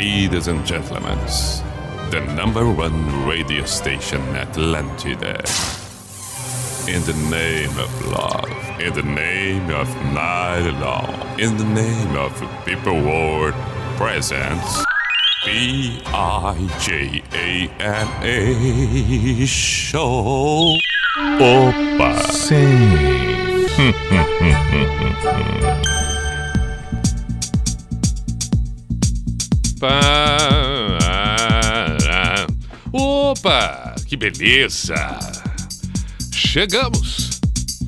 Ladies and gentlemen, the #1 radio station Atlantida. In the name of love, in the name of night long, in the name of people world presents P-I-J-A-M-A Show. Opa! Sim. Opa, que beleza! Chegamos!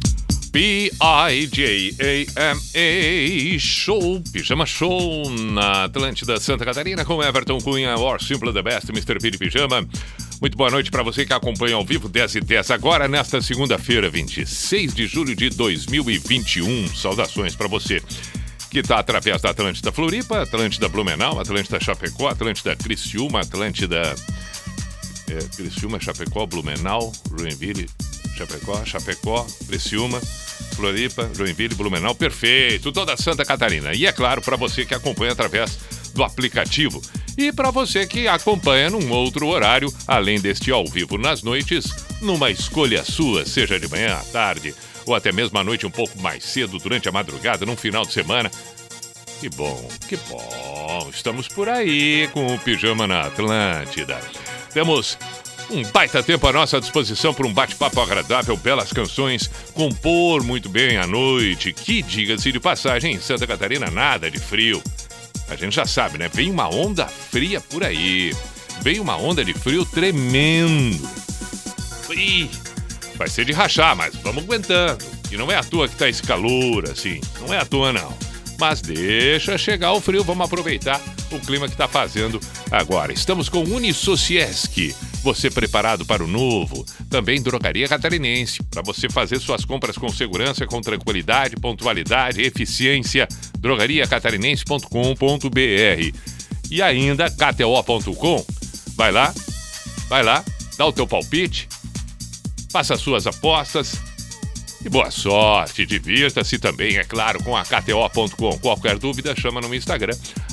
P-I-J-A-M-A Show, Pijama Show na Atlântida Santa Catarina com Everton Cunha, or Simple the Best, Mr. P de Pijama. Muito boa noite para você que acompanha ao vivo 10h10 agora, nesta segunda-feira, 26 de julho de 2021. Saudações para você que está através da Atlântida Floripa, Atlântida Blumenau, Atlântida Chapecó, Atlântida Criciúma, Atlântida Criciúma, Chapecó, Blumenau, Joinville, Chapecó, Criciúma, Floripa, Joinville, Blumenau, perfeito, toda Santa Catarina. E é claro, para você que acompanha através do aplicativo e para você que acompanha num outro horário, além deste ao vivo nas noites, numa escolha sua, seja de manhã, à tarde, ou até mesmo à noite um pouco mais cedo, durante a madrugada, num final de semana. Que bom, estamos por aí com o Pijama na Atlântida. Temos um baita tempo à nossa disposição para um bate-papo agradável, belas canções, compor muito bem à noite, que, diga-se de passagem, em Santa Catarina nada de frio. A gente já sabe, né? Vem uma onda fria por aí. Vem uma onda de frio tremendo. Ih, vai ser de rachar, mas vamos aguentando. E não é à toa que tá esse calor, assim. Não é à toa, não. Mas deixa chegar o frio, vamos aproveitar o clima que tá fazendo agora. Estamos com Unisociesc. Você preparado para o novo? Também Drogaria Catarinense, para você fazer suas compras com segurança, com tranquilidade, pontualidade, eficiência. drogariacatarinense.com.br. E ainda KTO.com. Vai lá, dá o teu palpite, faça as suas apostas e boa sorte, divirta-se também, é claro, com a KTO.com. Qualquer dúvida, chama no Instagram,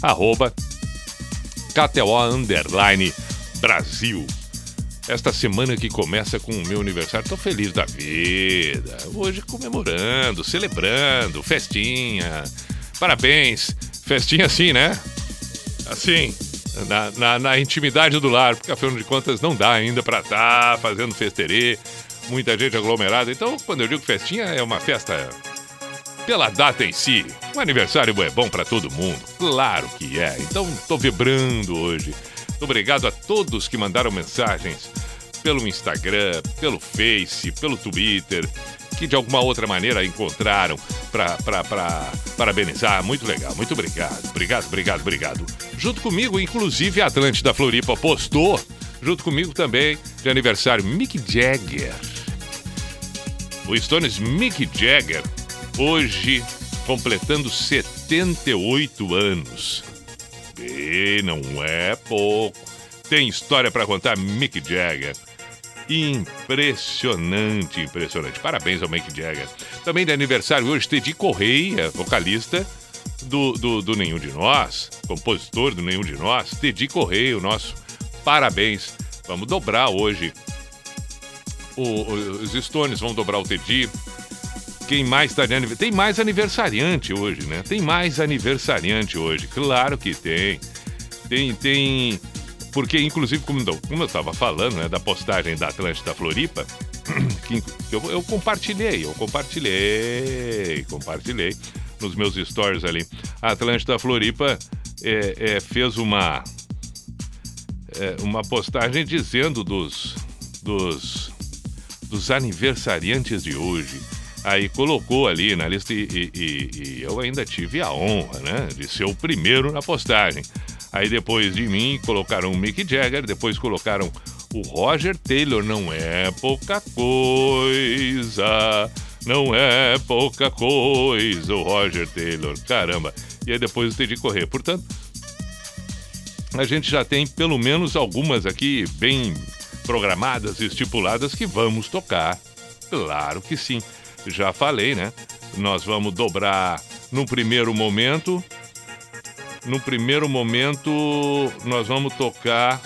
@KTO_Brasil. Esta semana que começa com o meu aniversário, tô feliz da vida. Hoje comemorando, celebrando, festinha. Parabéns. Festinha assim, né? Assim, na intimidade do lar, porque afinal de contas não dá ainda pra estar fazendo festerê, muita gente aglomerada. Então, quando eu digo festinha, é uma festa pela data em si. O aniversário é bom pra todo mundo, claro que é. Então, tô vibrando hoje. Obrigado a todos que mandaram mensagens pelo Instagram, pelo Face, pelo Twitter, que de alguma outra maneira encontraram para parabenizar. Muito legal, muito obrigado. Obrigado. Junto comigo, inclusive, a Atlântida Floripa postou, junto comigo também, de aniversário, Mick Jagger. O Stones Mick Jagger, hoje completando 78 anos. E não é pouco. Tem história para contar, Mick Jagger. Impressionante. Parabéns ao Mick Jagger. Também de aniversário hoje, Teddy Correia, vocalista do Nenhum de Nós, compositor do Nenhum de Nós. Teddy Correia, o nosso parabéns. Vamos dobrar hoje. Os Stones vão dobrar o Teddy. Quem mais está de aniversário? Tem mais aniversariante hoje, né? Claro que tem. Tem. Porque, inclusive, como eu estava falando, né, da postagem da Atlântida Floripa, que eu compartilhei nos meus stories ali. A Atlântida Floripa fez uma postagem dizendo dos aniversariantes de hoje. Aí colocou ali na lista e eu ainda tive a honra, né, de ser o primeiro na postagem. Aí depois de mim colocaram o Mick Jagger, depois colocaram o Roger Taylor, não é pouca coisa, o Roger Taylor, caramba. E aí depois o Teddy Correia. Portanto, a gente já tem pelo menos algumas aqui bem programadas, estipuladas, que vamos tocar. Claro que sim. Já falei, né? Nós vamos dobrar no primeiro momento No primeiro momento, nós vamos tocar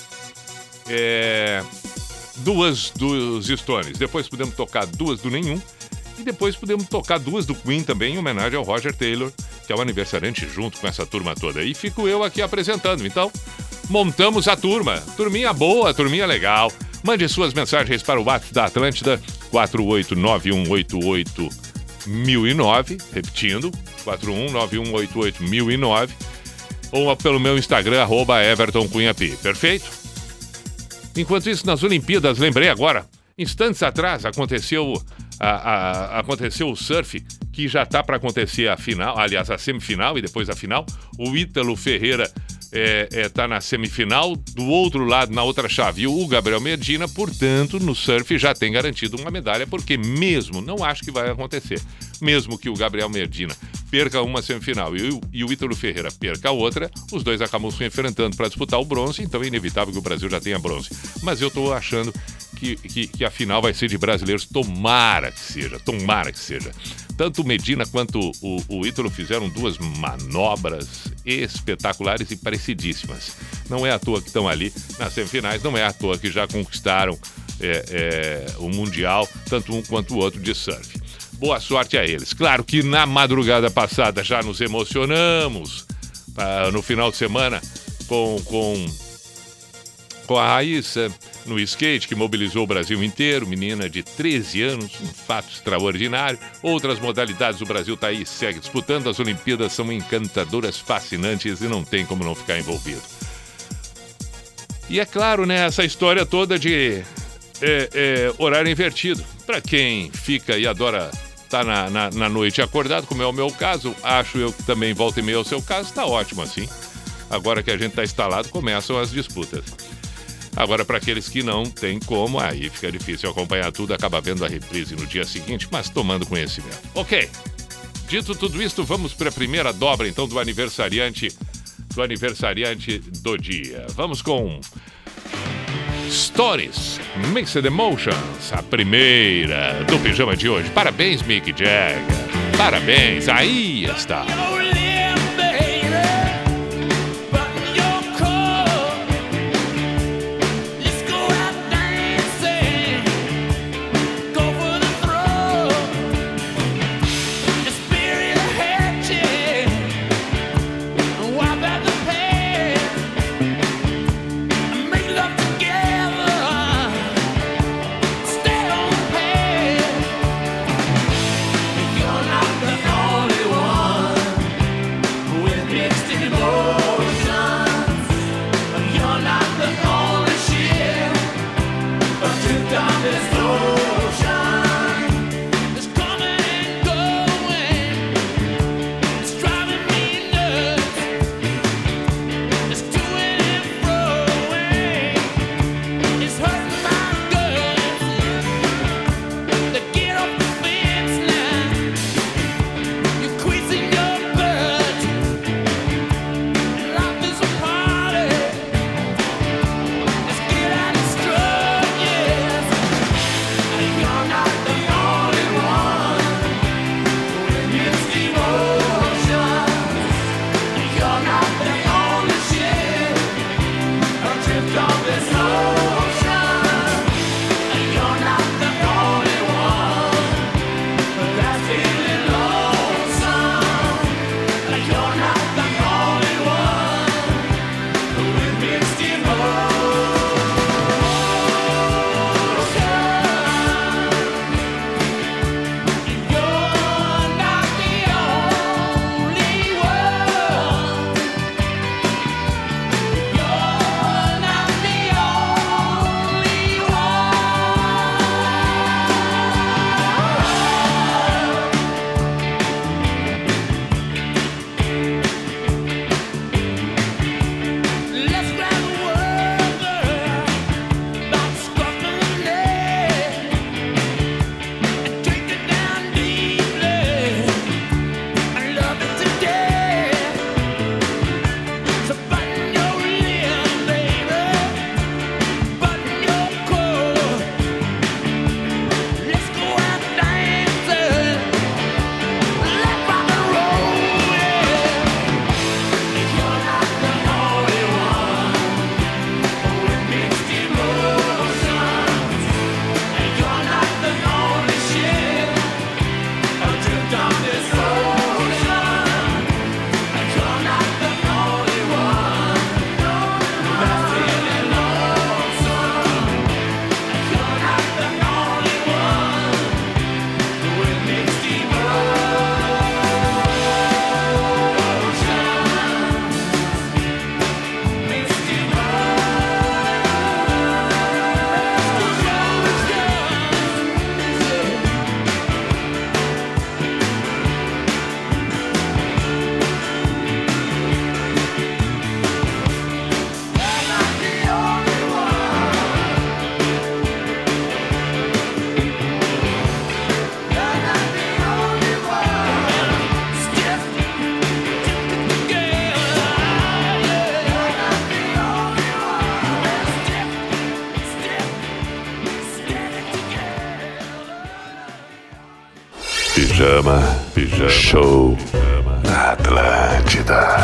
duas dos Stones. Depois podemos tocar duas do Nenhum. E depois podemos tocar duas do Queen também, em homenagem ao Roger Taylor, que é o aniversariante junto com essa turma toda. E fico eu aqui apresentando. Então, montamos a turma. Turminha boa, turminha legal. Mande suas mensagens para o WhatsApp da Atlântida, 489188009, repetindo, 419188009, ou pelo meu Instagram, @EvertonCunhaP. Perfeito? Enquanto isso, nas Olimpíadas, lembrei agora, instantes atrás, aconteceu o surf, que já está para acontecer a final, aliás, a semifinal e depois a final. O Ítalo Ferreira está na semifinal, do outro lado, na outra chave, o Gabriel Medina, portanto, no surf já tem garantido uma medalha, porque mesmo, não acho que vai acontecer, mesmo que o Gabriel Medina perca uma semifinal e o Ítalo Ferreira perca a outra, os dois acabam se enfrentando para disputar o bronze, então é inevitável que o Brasil já tenha bronze. Mas eu estou achando que a final vai ser de brasileiros, tomara que seja. Tanto o Medina quanto o Ítalo fizeram duas manobras espetaculares e parecidíssimas. Não é à toa que estão ali nas semifinais, não é à toa que já conquistaram o Mundial, tanto um quanto o outro de surf. Boa sorte a eles. Claro que na madrugada passada já nos emocionamos, no final de semana, com a Raíssa no skate, que mobilizou o Brasil inteiro, menina de 13 anos, um fato extraordinário. Outras modalidades o Brasil está aí e segue disputando. As Olimpíadas são encantadoras, fascinantes e não tem como não ficar envolvido. E é claro, né, essa história toda de horário invertido. Para quem fica e adora estar na noite acordado, como é o meu caso, acho eu que também volta e meia ao seu caso, está ótimo assim. Agora que a gente está instalado, começam as disputas. Agora, para aqueles que não tem como, aí fica difícil acompanhar tudo, acaba vendo a reprise no dia seguinte, mas tomando conhecimento. Ok, dito tudo isso, vamos para a primeira dobra, então, do aniversariante do dia. Vamos com Stories, Mixed Emotions, a primeira do pijama de hoje. Parabéns, Mick Jagger. Parabéns, aí está. You're not the only one. Pijama Show na Atlântida.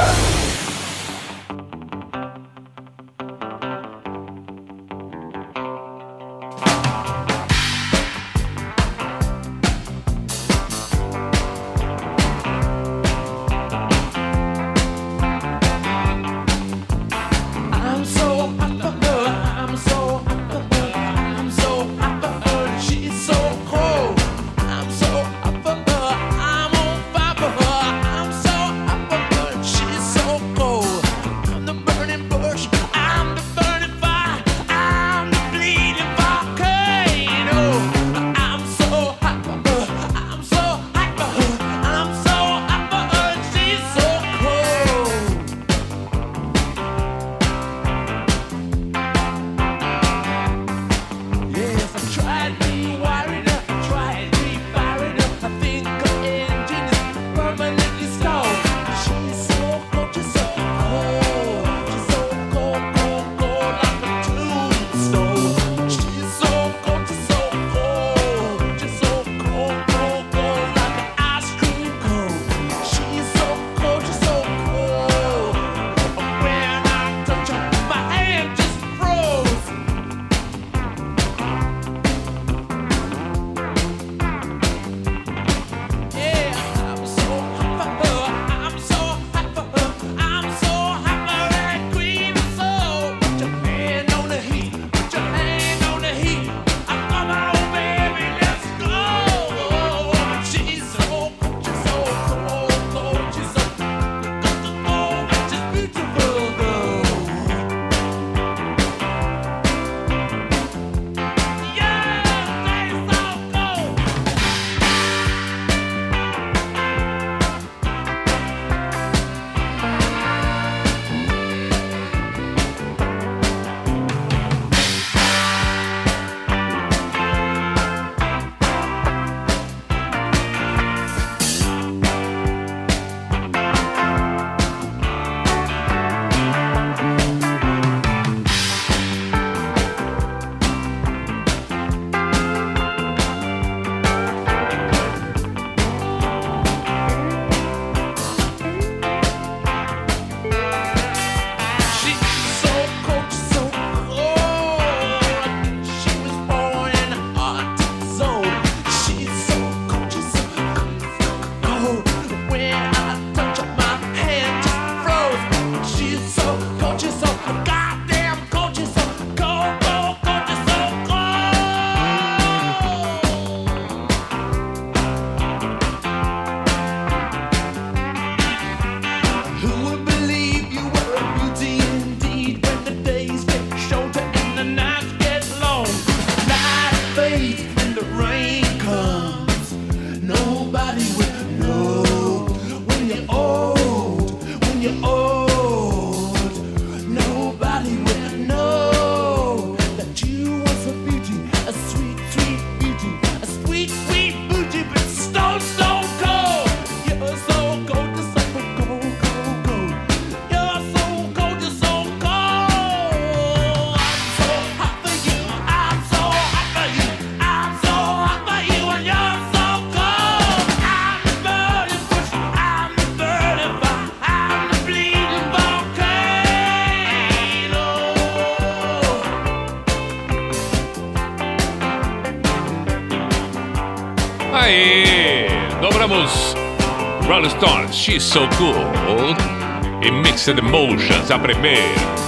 Aí, dobramos Rolling Stones, She's So Cool e Mixed Emotions, a primeira.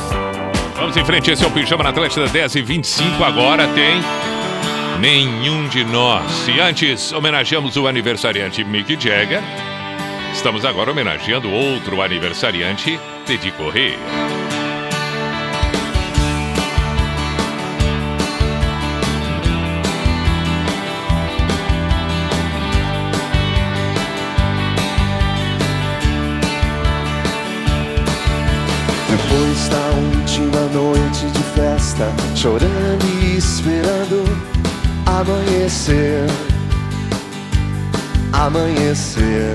Vamos em frente, esse é o Pijama na Atlântida, 10h25, agora tem Nenhum de Nós. E antes, homenageamos o aniversariante Mick Jagger. Estamos agora homenageando outro aniversariante, Teddy Corrêa. Depois da última noite de festa, chorando e esperando amanhecer, amanhecer.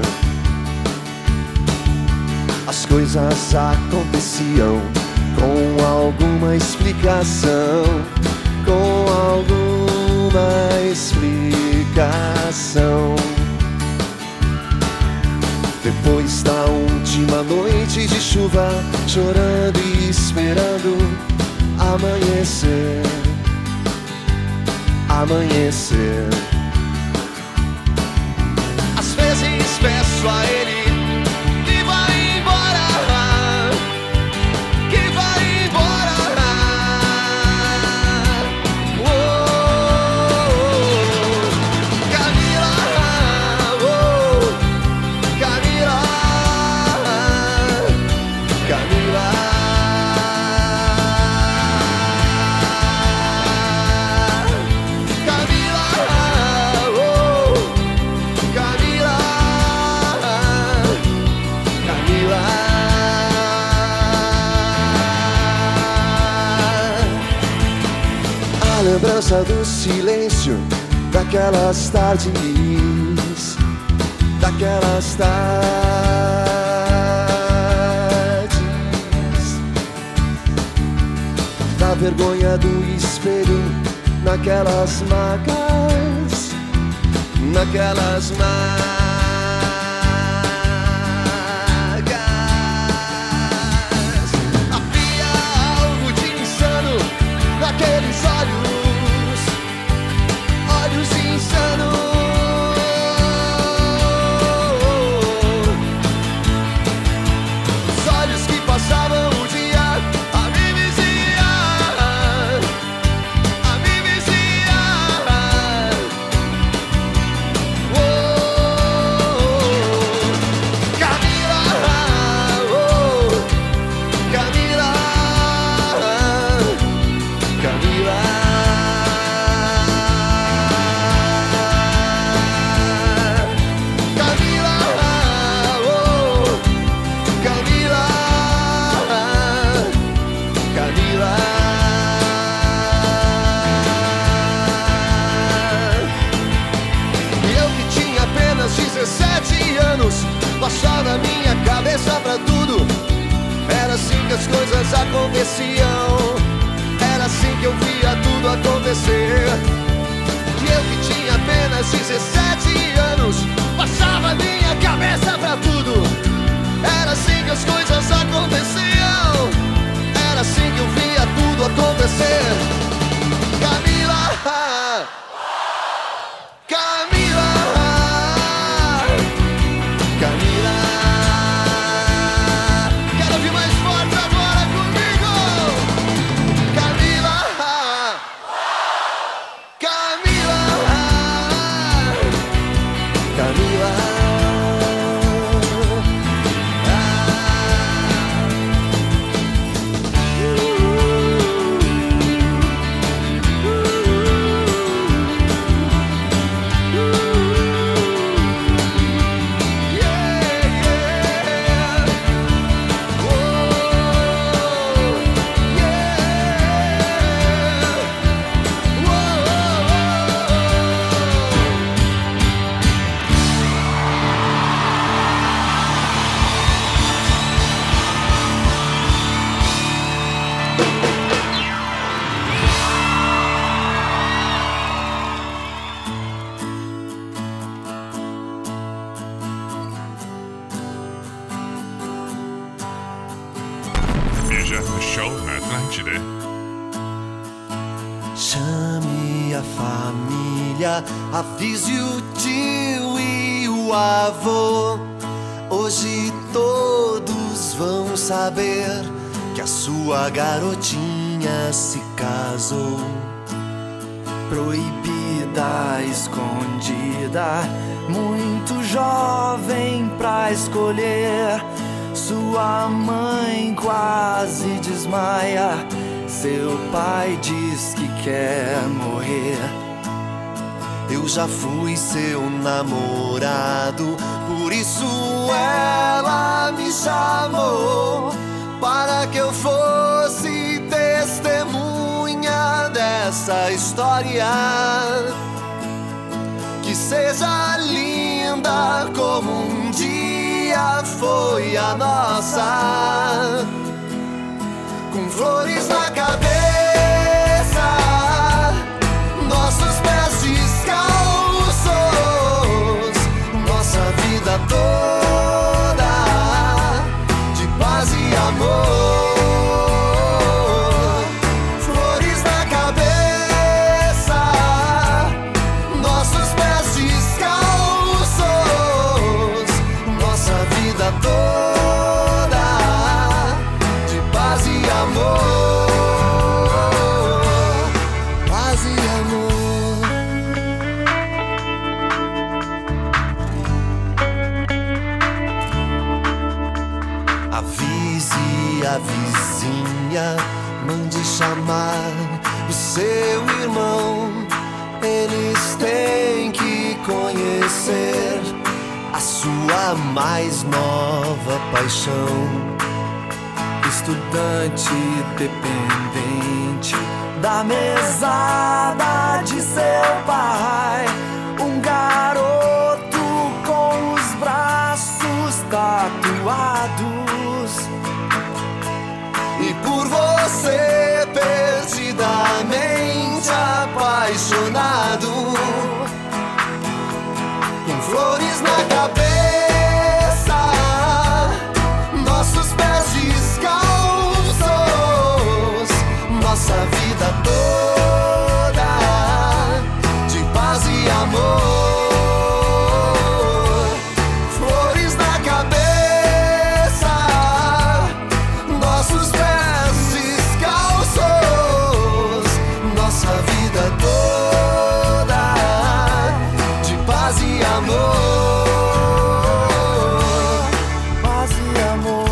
As coisas aconteciam com alguma explicação, com alguma explicação. noites de chuva, chorando e esperando amanhecer, amanhecer. Às vezes peço a ele que vai embora, que vai embora. Oh, Camila, oh, Camila, Camila. Lembrança do silêncio daquelas tardes, daquelas tardes, da vergonha do espelho naquelas macas, naquelas macas. Havia algo de insano naqueles olhos, olhos insanos. Os olhos que passavam o dia a me vigiar, a me vigiar. Oh, Camila, oh, Camila, Camila. Passar na minha cabeça pra tudo. Era assim que as coisas aconteciam, era assim que eu via tudo acontecer. E eu que tinha apenas 17 anos, passava minha cabeça pra tudo. Era assim que as coisas aconteciam, era assim que eu via tudo acontecer. Camila, Camila, Camila. Quero ouvir mais forte agora comigo. Camila, Camila, Camila. Veja o show na Atlântida. Chame a família, avise o tio e o avô. Hoje todos vão saber que a sua garotinha se casou. Proibida, escondida, muito jovem pra escolher. Sua mãe quase desmaia, seu pai diz que quer morrer. Eu já fui seu namorado, por isso ela me chamou, para que eu fosse testemunha dessa história, que seja linda como um dia foi a nossa, com flores na cabeça, nossos pés descalços, nossa vida toda debaixo a vizinha mande chamar o seu irmão. Eles têm que conhecer a sua mais nova paixão. Estudante dependente da mesada de seu pai, um garoto com os braços tatuados. E por você perdidamente apaixonado, com flores na cabeça, nossos pés descalços, nossa vida toda de paz e amor. Flores na cabeça, nossos pés descalços, nossa vida toda de paz e amor. Paz e amor.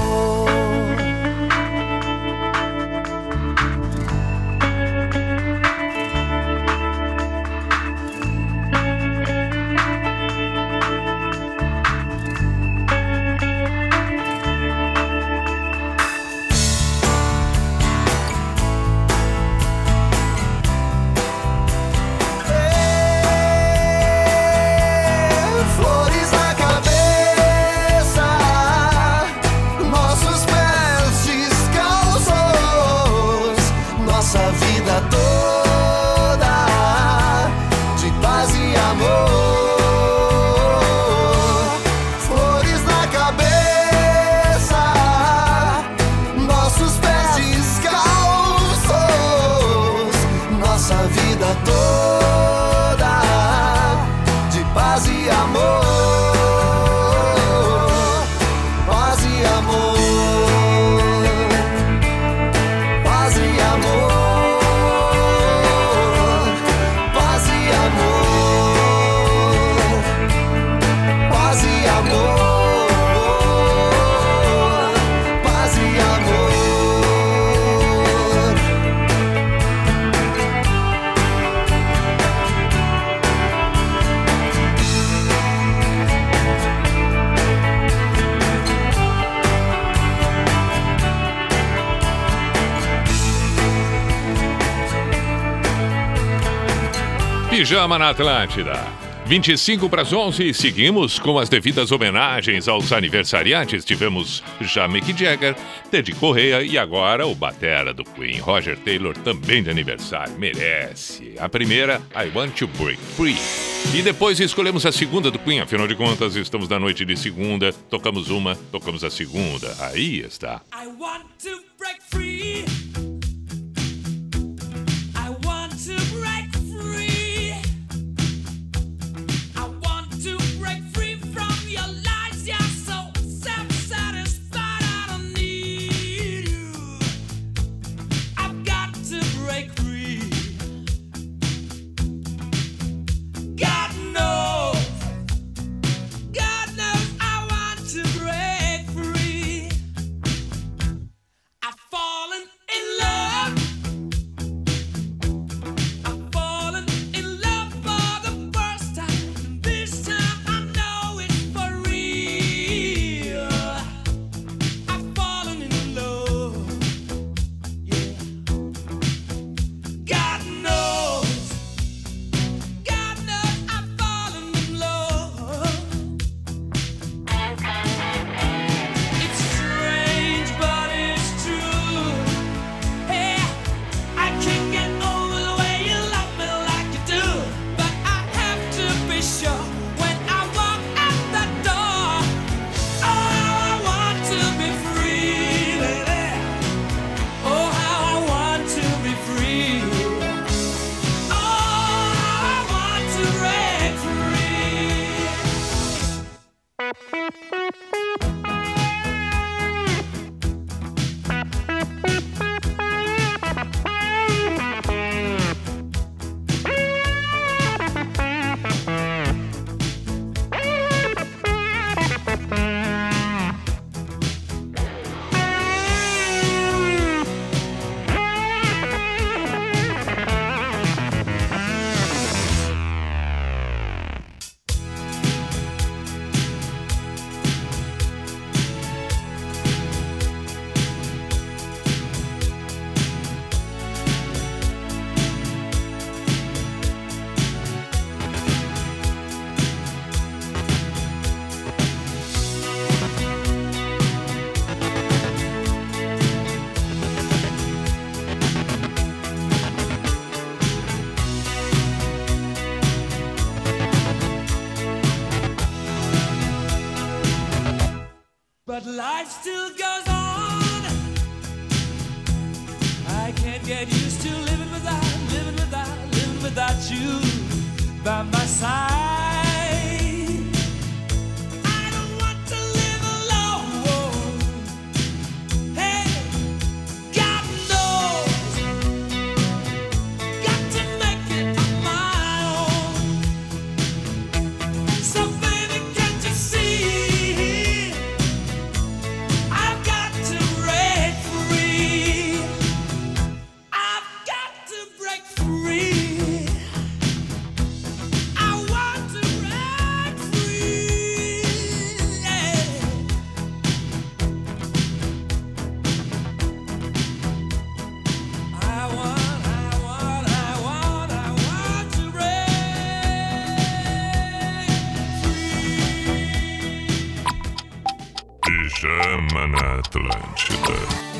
Flores na cabeça, nossos pés descalços, nossa vida toda de paz e amor. Flores na cabeça, nossos pés descalços, nossa vida toda de paz e amor. Paz e amor. Paz e amor. Paz e amor. Paz e amor. Paz e amor. Pijama na Atlântida. 25 para as 11, seguimos com as devidas homenagens aos aniversariantes. Tivemos já Mick Jagger, Ted Correia e agora o batera do Queen, Roger Taylor, também de aniversário. Merece. A primeira, I Want to Break Free. E depois escolhemos a segunda do Queen, afinal de contas estamos na noite de segunda, tocamos uma, tocamos a segunda. Aí está. I want to break free. I want to break free. I want to break free from your lies. You're so self-satisfied. I don't need you. I've got to break free. God knows I want to break free. I've fallen in but life still goes on. I can't get used to living without you by my side. I don't want to live alone. Hey, God knows, got to make it on my own. So baby, can't you see, I've got to break free. I've got to break free. Pijama na Atlântida.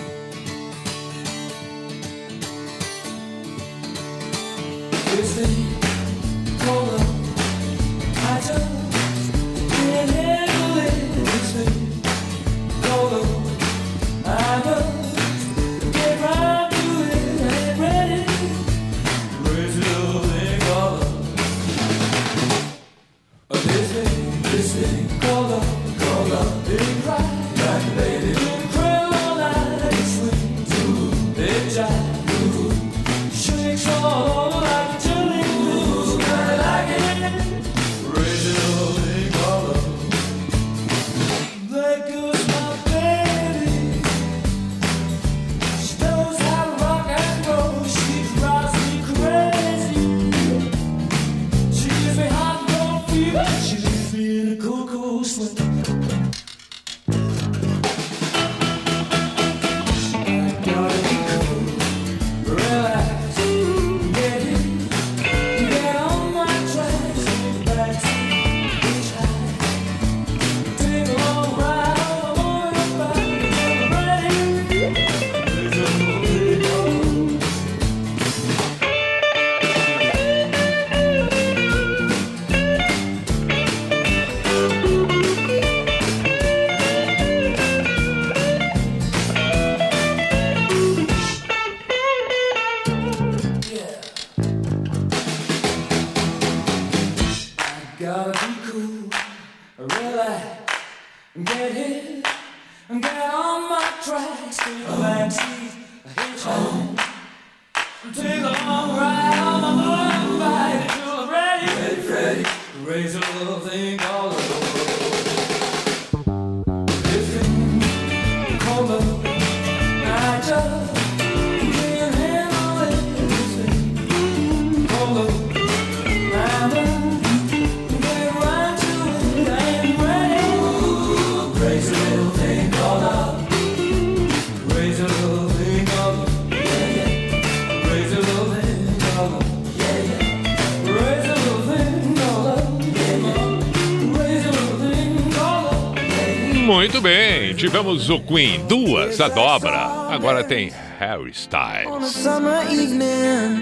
Muito bem, tivemos o Queen, duas, a dobra. Agora tem Harry Styles. On a summer evening,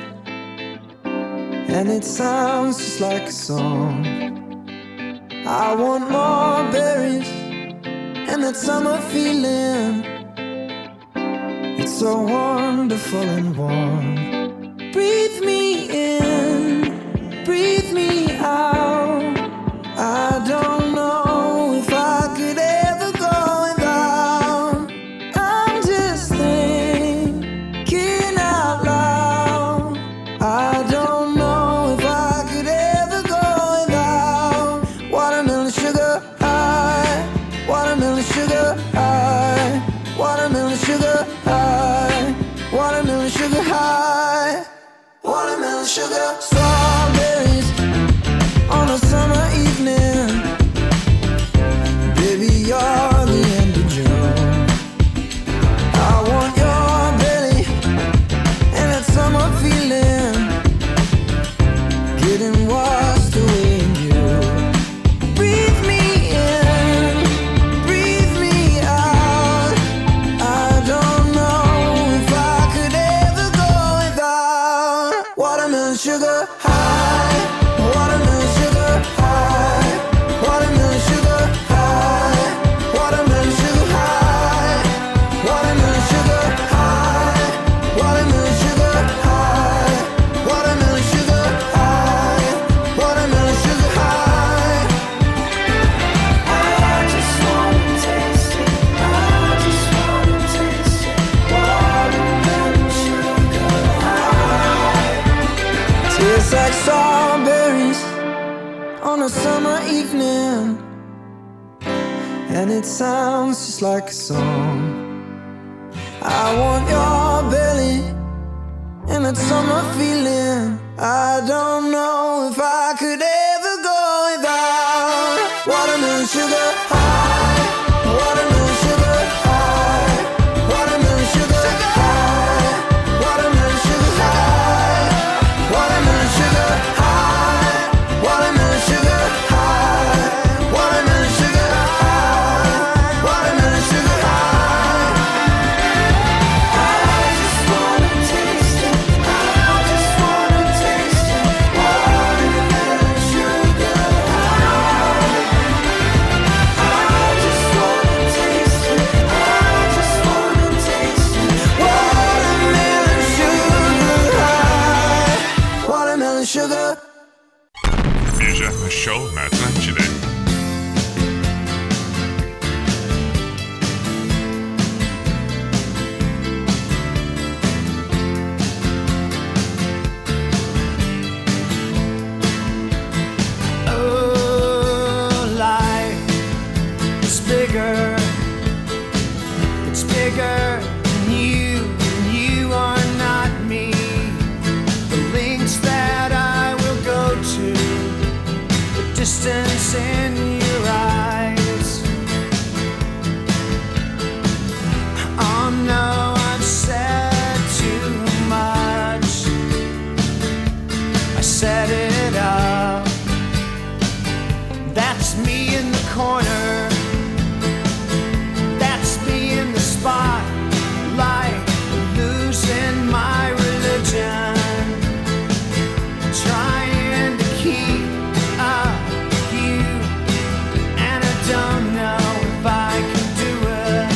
and it sounds just like a song. I want more berries and that summer feeling. It's so wonderful and warm. Breathe me in, breathe me out. I don't know if I could ever go without. I'm just thinking out loud. I don't know if I could ever go without. Watermelon sugar high, watermelon sugar high, watermelon sugar high, watermelon sugar high, watermelon. evening, and it sounds just like a song. I want your belly and that summer feeling. I don't know if I could ever go without watermelon sugar high, watermelon sugar high, watermelon sugar high, watermelon sugar high, watermelon sugar high, watermelon sugar high, watermelon sugar high, watermelon sugar high. Sugar. Pijama Show na Atlântida. Oh, life is bigger. It's bigger than you, and you are not me. The links that I will go to, the distance in your eyes. Oh no, I've said too much. I set it up. That's me in the corner. That's me in the spotlight, losing my religion. Trying to keep up with you, and I don't know if I can do it.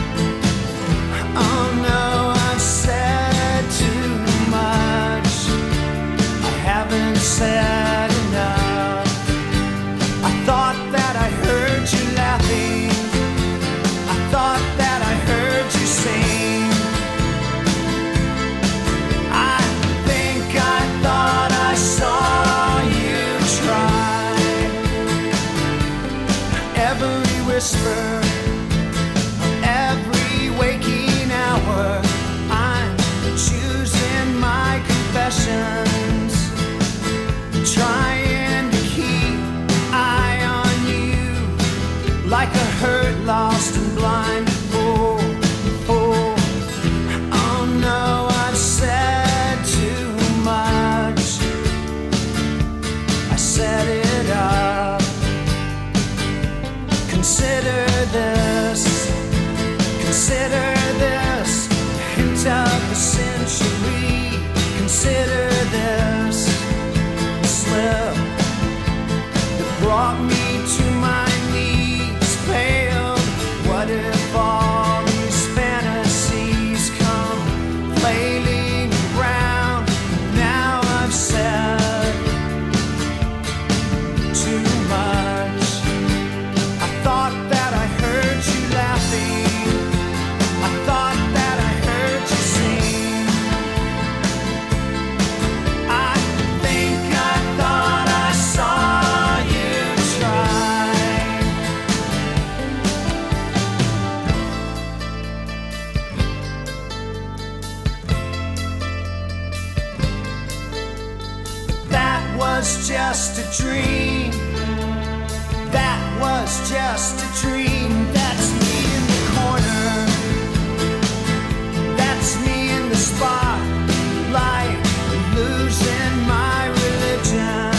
Oh no, I've said too much. I haven't said enough. I thought that I heard you laughing. I thought that I heard you sing. I think I thought I saw you try. Every whisper, every waking hour, I'm choosing my confessions, trying to keep eye on you, like a hurt, lost and blind fool. Oh no, I've said too much. I set it up. Consider this, consider this, a hint of the century. Consider this slip that brought me to my knees, paled. What if all these fantasies come flailing around? Now I've said too much. I thought that I heard you laughing. I thought that I heard you sing. I think I thought I saw you try. That was just a dream. That was just a dream. That's me in the corner. That's me in the spotlight, losing my religion.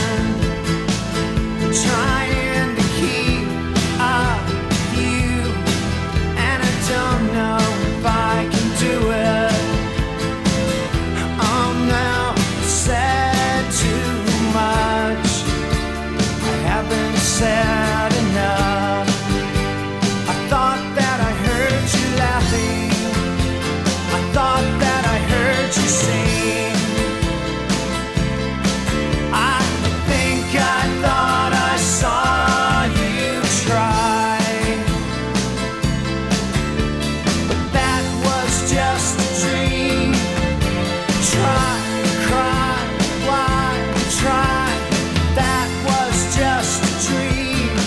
Trying to keep up with you, and I don't know if I can do it. Oh no, I've said too much. I haven't said enough. I thought that I heard you laughing. I thought that I heard you sing. I think I thought I saw you try. But that was just a dream. Try, cry, why try? That was just a dream.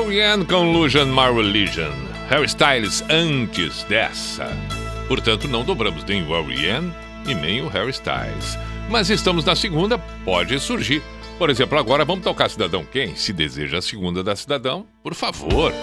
R.E.M. com Illusion My Religion. Harry Styles antes dessa. Portanto, não dobramos nem o R.E.M. e nem o Harry Styles. Mas estamos na segunda, pode surgir. Por exemplo, agora vamos tocar Cidadão Quem? Se deseja a segunda da Cidadão, por favor.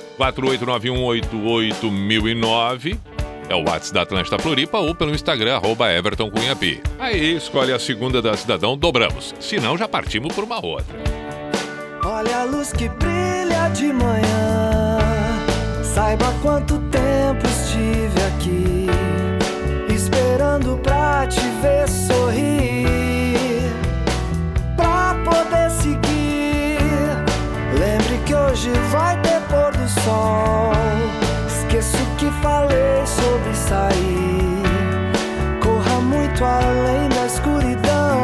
489188009 é o WhatsApp da Atlântida Floripa ou pelo Instagram, @EvertonCunhaP. Aí escolhe a segunda da Cidadão, dobramos. Se não, já partimos por uma outra. Olha a luz que brilha de manhã. Saiba quanto tempo estive aqui, esperando pra te ver sorrir, pra poder seguir. Lembre que hoje vai ter pôr do sol. Esqueço que falei sobre sair. Corra muito além da escuridão.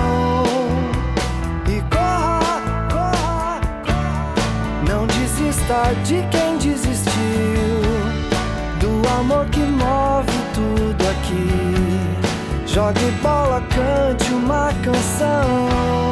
E corra, corra, corra. Não desista de quem desistiu, do amor que move tudo aqui. Jogue bola, cante uma canção.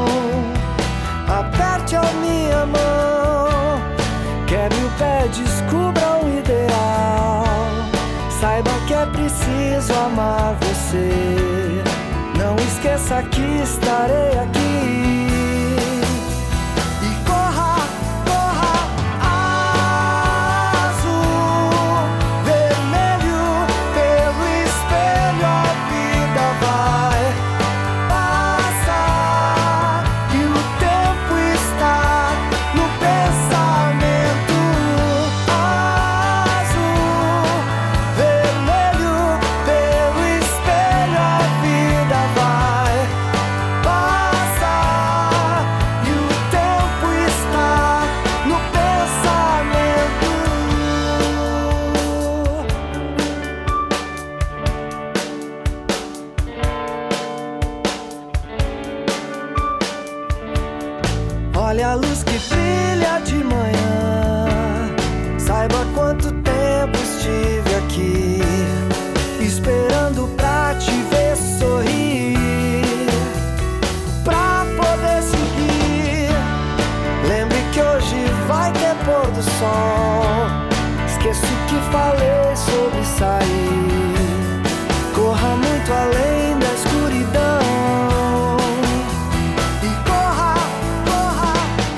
Aperte a minha mão. Quebre o pé, descubra um ideal. Saiba que é preciso amar você. Não esqueça que estarei aqui. E corra, corra, azul, vermelho, pelo espelho a vida vai passar. E o tempo está no pensamento. Azul, vermelho, pelo espelho a vida vai passar. E o tempo está no pensamento. Olha a luz que brilha de manhã. Saiba quanto tempo estive aqui, esperando pra te ver sorrir, pra poder seguir. Lembre que hoje vai ter pôr do sol. Esqueço que falei sobre sair. Corra muito além da escuridão. E corra, corra,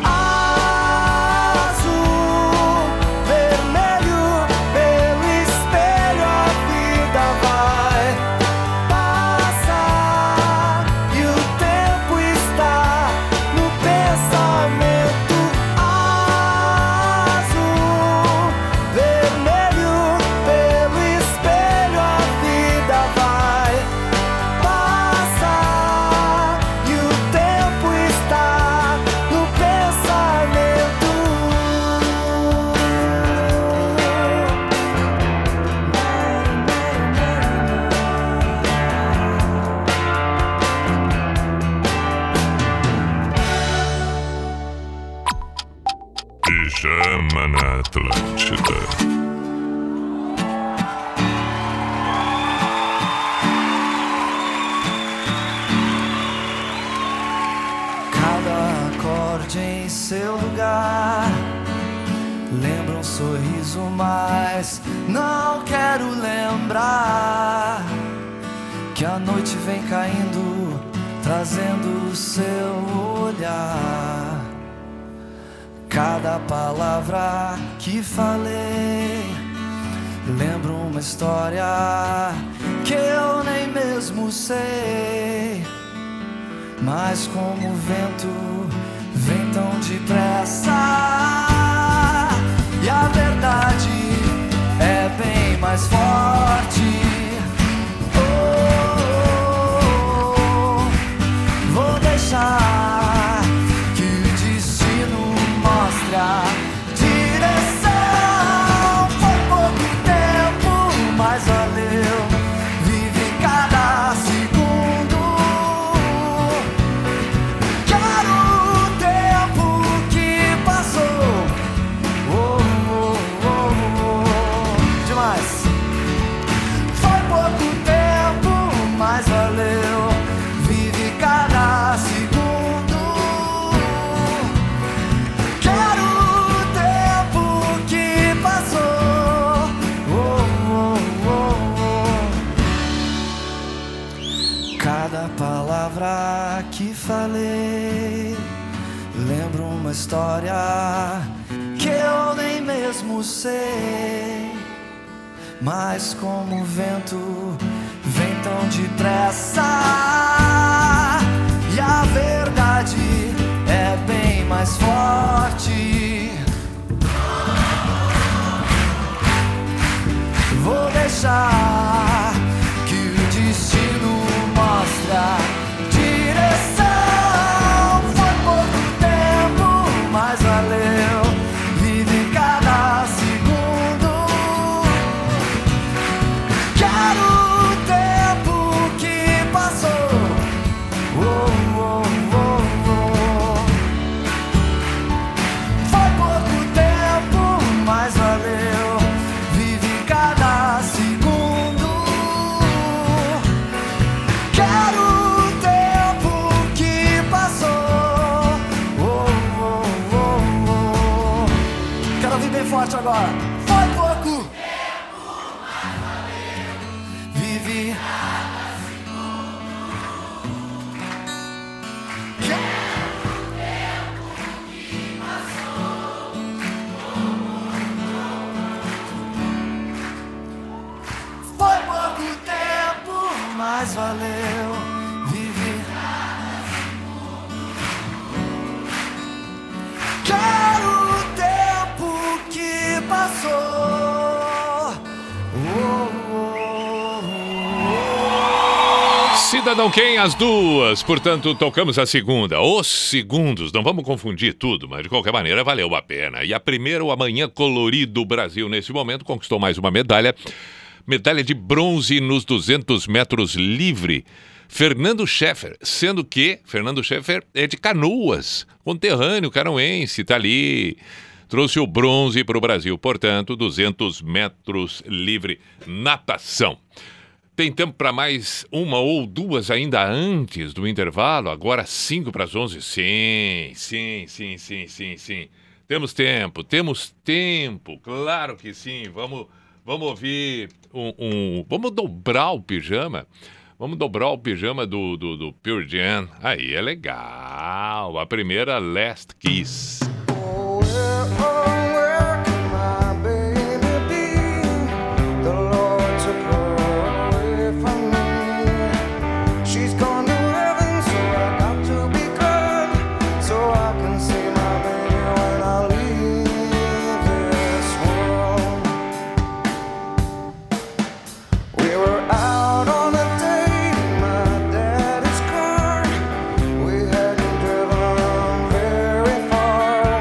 azul, vermelho, pelo espelho a vida vai passar. E o tempo está no pensamento. Azul, vermelho, pelo espelho a vida vai passar. E o tempo está no pensamento. Pijama na Atlântida. Cada acorde em seu lugar lembra um sorriso, mas não quero lembrar que a noite vem caindo, trazendo o seu olhar. Cada palavra que falei lembra uma história que eu nem mesmo sei. Mas como o vento vem tão depressa, e a verdade é bem mais forte. Vou deixar que o destino mostre a direção. Foi pouco tempo, mas valeu. Vive cada segundo. Quero o tempo que passou. Demais. Foi Cada palavra que falei lembra uma história que eu nem mesmo sei. Mas como o vento vem tão depressa, e a verdade é bem mais forte, vou deixar que o destino mostre a direção. Foi pouco tempo, mas valeu. Vive cada segundo. Quero o tempo que passou. Oh, oh, oh, oh. Foi pouco tempo, mas valeu. Vive cada segundo. Quero o tempo que passou. Oh, oh, oh, oh. Quero ouvir bem forte agora. Foi pouco tempo, mas valeu. Vive cada segundo. Quero o tempo que passou. Foi pouco tempo, mas valeu. Vive cada segundo. Quero o tempo que passou. Oh, oh, oh, oh. Cidadão Quem, as duas. Portanto, tocamos a segunda. Os segundos. Não vamos confundir tudo, mas de qualquer maneira valeu a pena. E a primeira, o Amanhã Colorido Brasil, nesse momento, conquistou mais uma medalha. Medalha de bronze nos 200 metros livre. Fernando Scheffer, sendo que Fernando Scheffer é de Canoas, conterrâneo canoense, tá ali. Trouxe o bronze para o Brasil, portanto, 200 metros livre natação. Tem tempo para mais uma ou duas ainda antes do intervalo, agora 5 para as 11. Sim. Temos tempo, claro que sim. Vamos ouvir vamos dobrar o pijama. Vamos dobrar o pijama do Pure Jam. Aí é legal. A primeira, Last Kiss. We hadn't driven very far.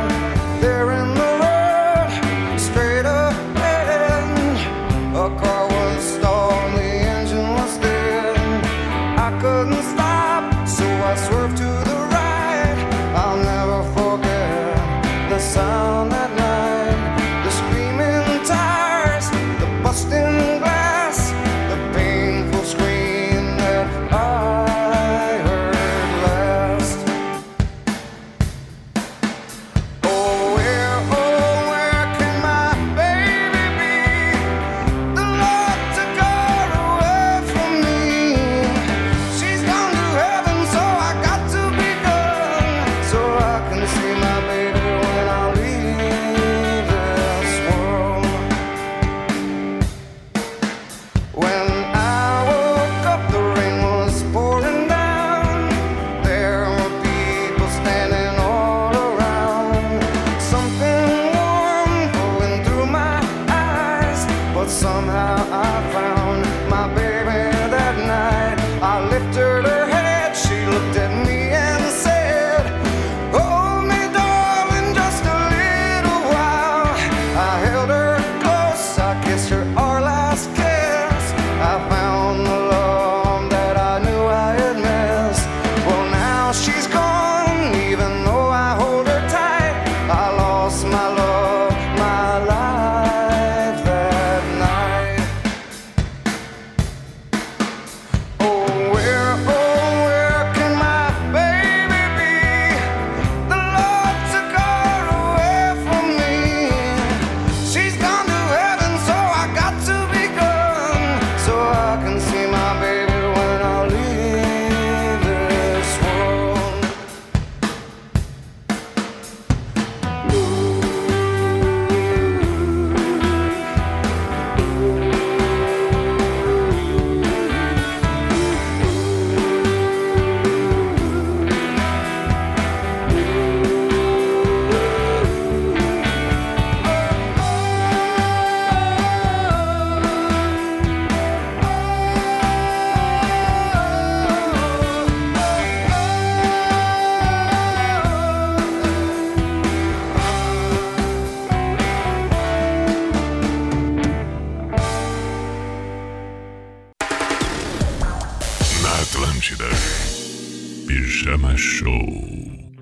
Atlântida. Pijama Show.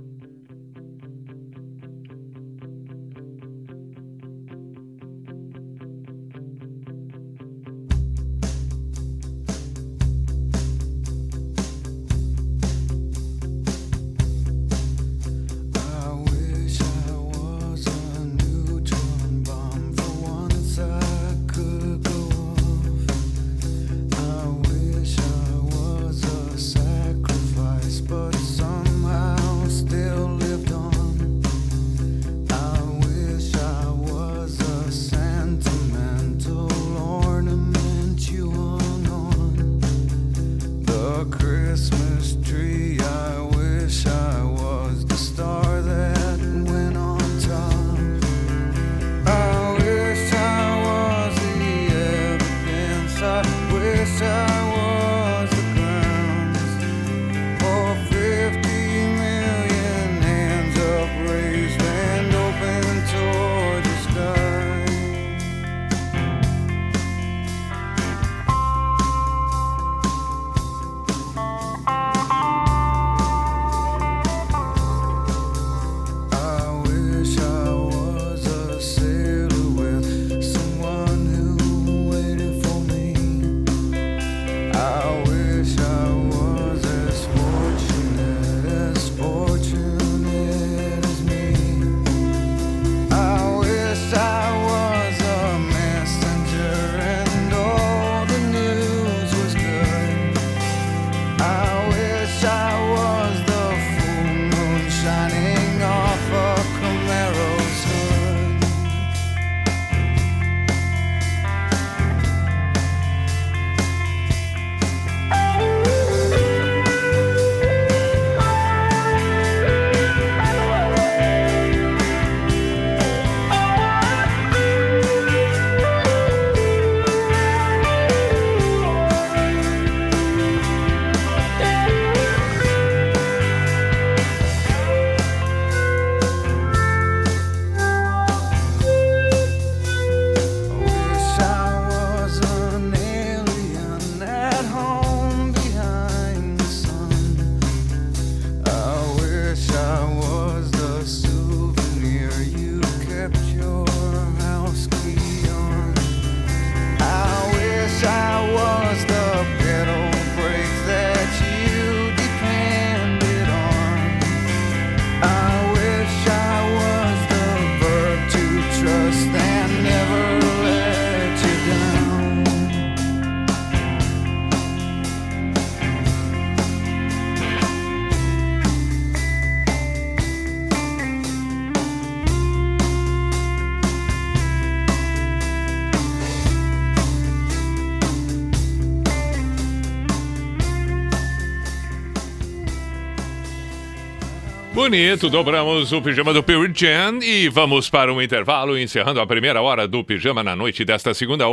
Bonito, dobramos o pijama do Pearl Jam e vamos para um intervalo, encerrando a primeira hora do pijama na noite desta segunda,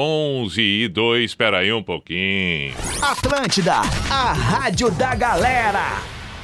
11h02. Espera aí um pouquinho. Atlântida, a rádio da galera.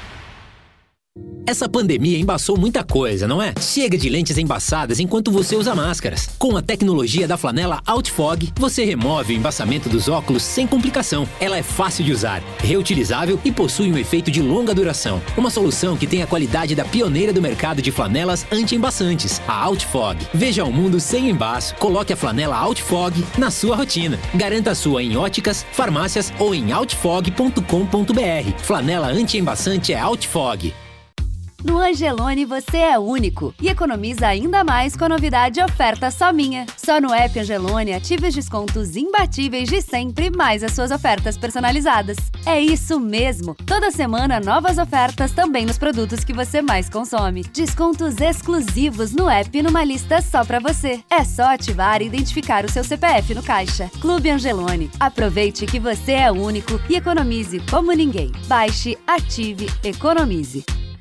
Essa pandemia embaçou muita coisa, não é? Chega de lentes embaçadas enquanto você usa máscaras. Com a tecnologia da flanela Outfog, você remove o embaçamento dos óculos sem complicação. Ela é fácil de usar, reutilizável e possui um efeito de longa duração. Uma solução que tem a qualidade da pioneira do mercado de flanelas anti-embaçantes, a Outfog. Veja o mundo sem embaço. Coloque a flanela Outfog na sua rotina. Garanta a sua em óticas, farmácias ou em outfog.com.br. Flanela anti-embaçante é Outfog. No Angelone você é único e economiza ainda mais com a novidade Oferta Só Minha. Só no app Angelone ative os descontos imbatíveis de sempre, mais as suas ofertas personalizadas. É isso mesmo! Toda semana novas ofertas também nos produtos que você mais consome. Descontos exclusivos no app numa lista só pra você. É só ativar e identificar o seu CPF no caixa. Clube Angelone. Aproveite que você é único e economize como ninguém. Baixe, ative, economize.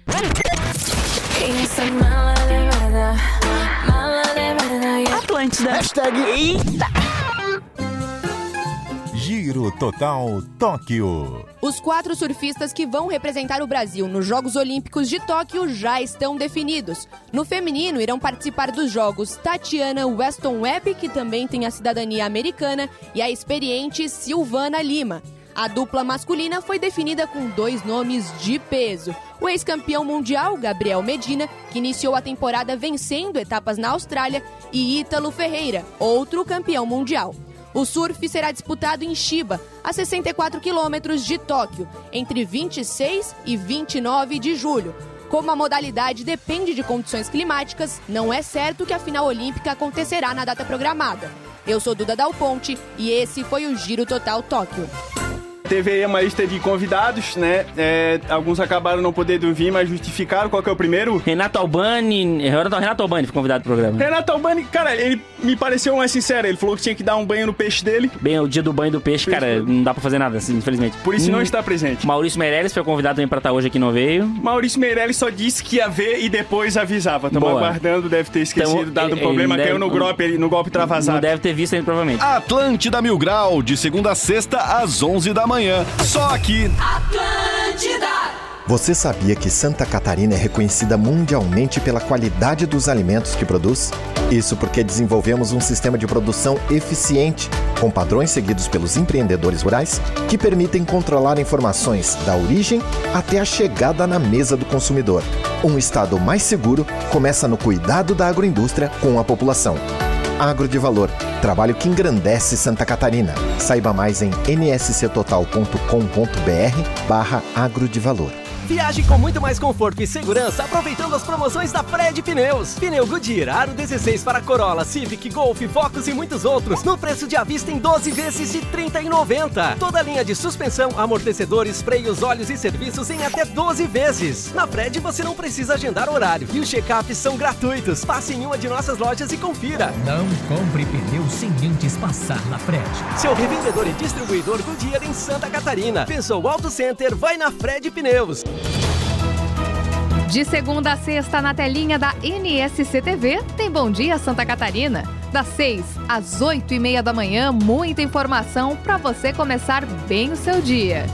Atlântida. Hashtag Eita. Giro Total Tóquio. Os 4 surfistas que vão representar o Brasil nos Jogos Olímpicos de Tóquio já estão definidos. No feminino, irão participar dos Jogos Tatiana Weston Webb, que também tem a cidadania americana, e a experiente Silvana Lima. A dupla masculina foi definida com 2 nomes de peso. O ex-campeão mundial, Gabriel Medina, que iniciou a temporada vencendo etapas na Austrália, e Ítalo Ferreira, outro campeão mundial. O surf será disputado em Chiba, a 64 quilômetros de Tóquio, entre 26 e 29 de julho. Como a modalidade depende de condições climáticas, não é certo que a final olímpica acontecerá na data programada. Eu sou Duda Dal Ponte e esse foi o Giro Total Tóquio. Teve aí uma lista de convidados, né? Alguns acabaram não podendo vir, mas justificaram. Qual que é o primeiro? Renato Albani foi convidado pro programa. Renato Albani, cara, ele me pareceu mais sincero. Ele falou que tinha que dar um banho no peixe dele. Bem, o dia do banho do peixe, cara, não dá pra fazer nada, assim, infelizmente. Por isso não está presente. Maurício Meirelles foi convidado também pra estar hoje aqui, não veio. Maurício Meirelles só disse que ia ver e depois avisava. Estamos aguardando, deve ter esquecido, dado um problema, caiu no golpe travasado. Não deve ter visto ainda, provavelmente. Atlântida Mil Grau, de segunda a sexta, às 11 da manhã. Só aqui. Atlântida! Você sabia que Santa Catarina é reconhecida mundialmente pela qualidade dos alimentos que produz? Isso porque desenvolvemos um sistema de produção eficiente, com padrões seguidos pelos empreendedores rurais, que permitem controlar informações da origem até a chegada na mesa do consumidor. Um estado mais seguro começa no cuidado da agroindústria com a população. Agro de Valor, trabalho que engrandece Santa Catarina. Saiba mais em nsctotal.com.br/agro de valor. Viaje com muito mais conforto e segurança aproveitando as promoções da Fred Pneus. Pneu Goodyear Aro 16 para Corolla, Civic, Golf, Focus e muitos outros. No preço de à vista em 12 vezes de R$ 30,90. Toda a linha de suspensão, amortecedores, freios, óleos e serviços em até 12 vezes. Na Fred você não precisa agendar horário e os check-ups são gratuitos. Passe em uma de nossas lojas e confira. Não compre pneu sem antes passar na Fred. Seu revendedor e distribuidor Goodyear em Santa Catarina. Pensou Auto Center, vai na Fred Pneus. De segunda a sexta, na telinha da NSC TV, tem Bom Dia Santa Catarina. Das 6 às 8h30 da manhã, muita informação para você começar bem o seu dia.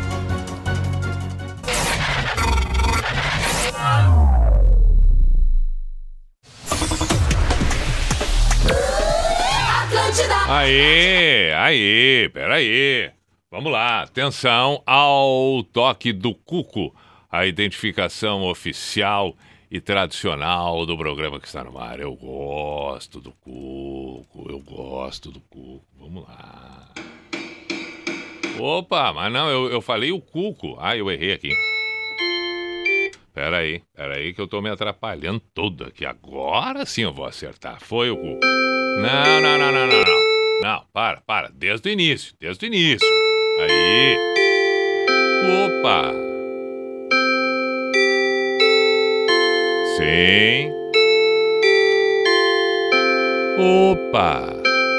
Aê, peraí. Vamos lá, atenção ao toque do cuco, a identificação oficial e tradicional do programa que está no ar. Eu gosto do cuco. Vamos lá. Opa, mas não, eu falei o cuco. Ah, eu errei aqui. Peraí que eu tô me atrapalhando todo aqui. Agora sim eu vou acertar. Foi o cuco. Não, para. Desde o início. Aí. Opa. Sim. Opa.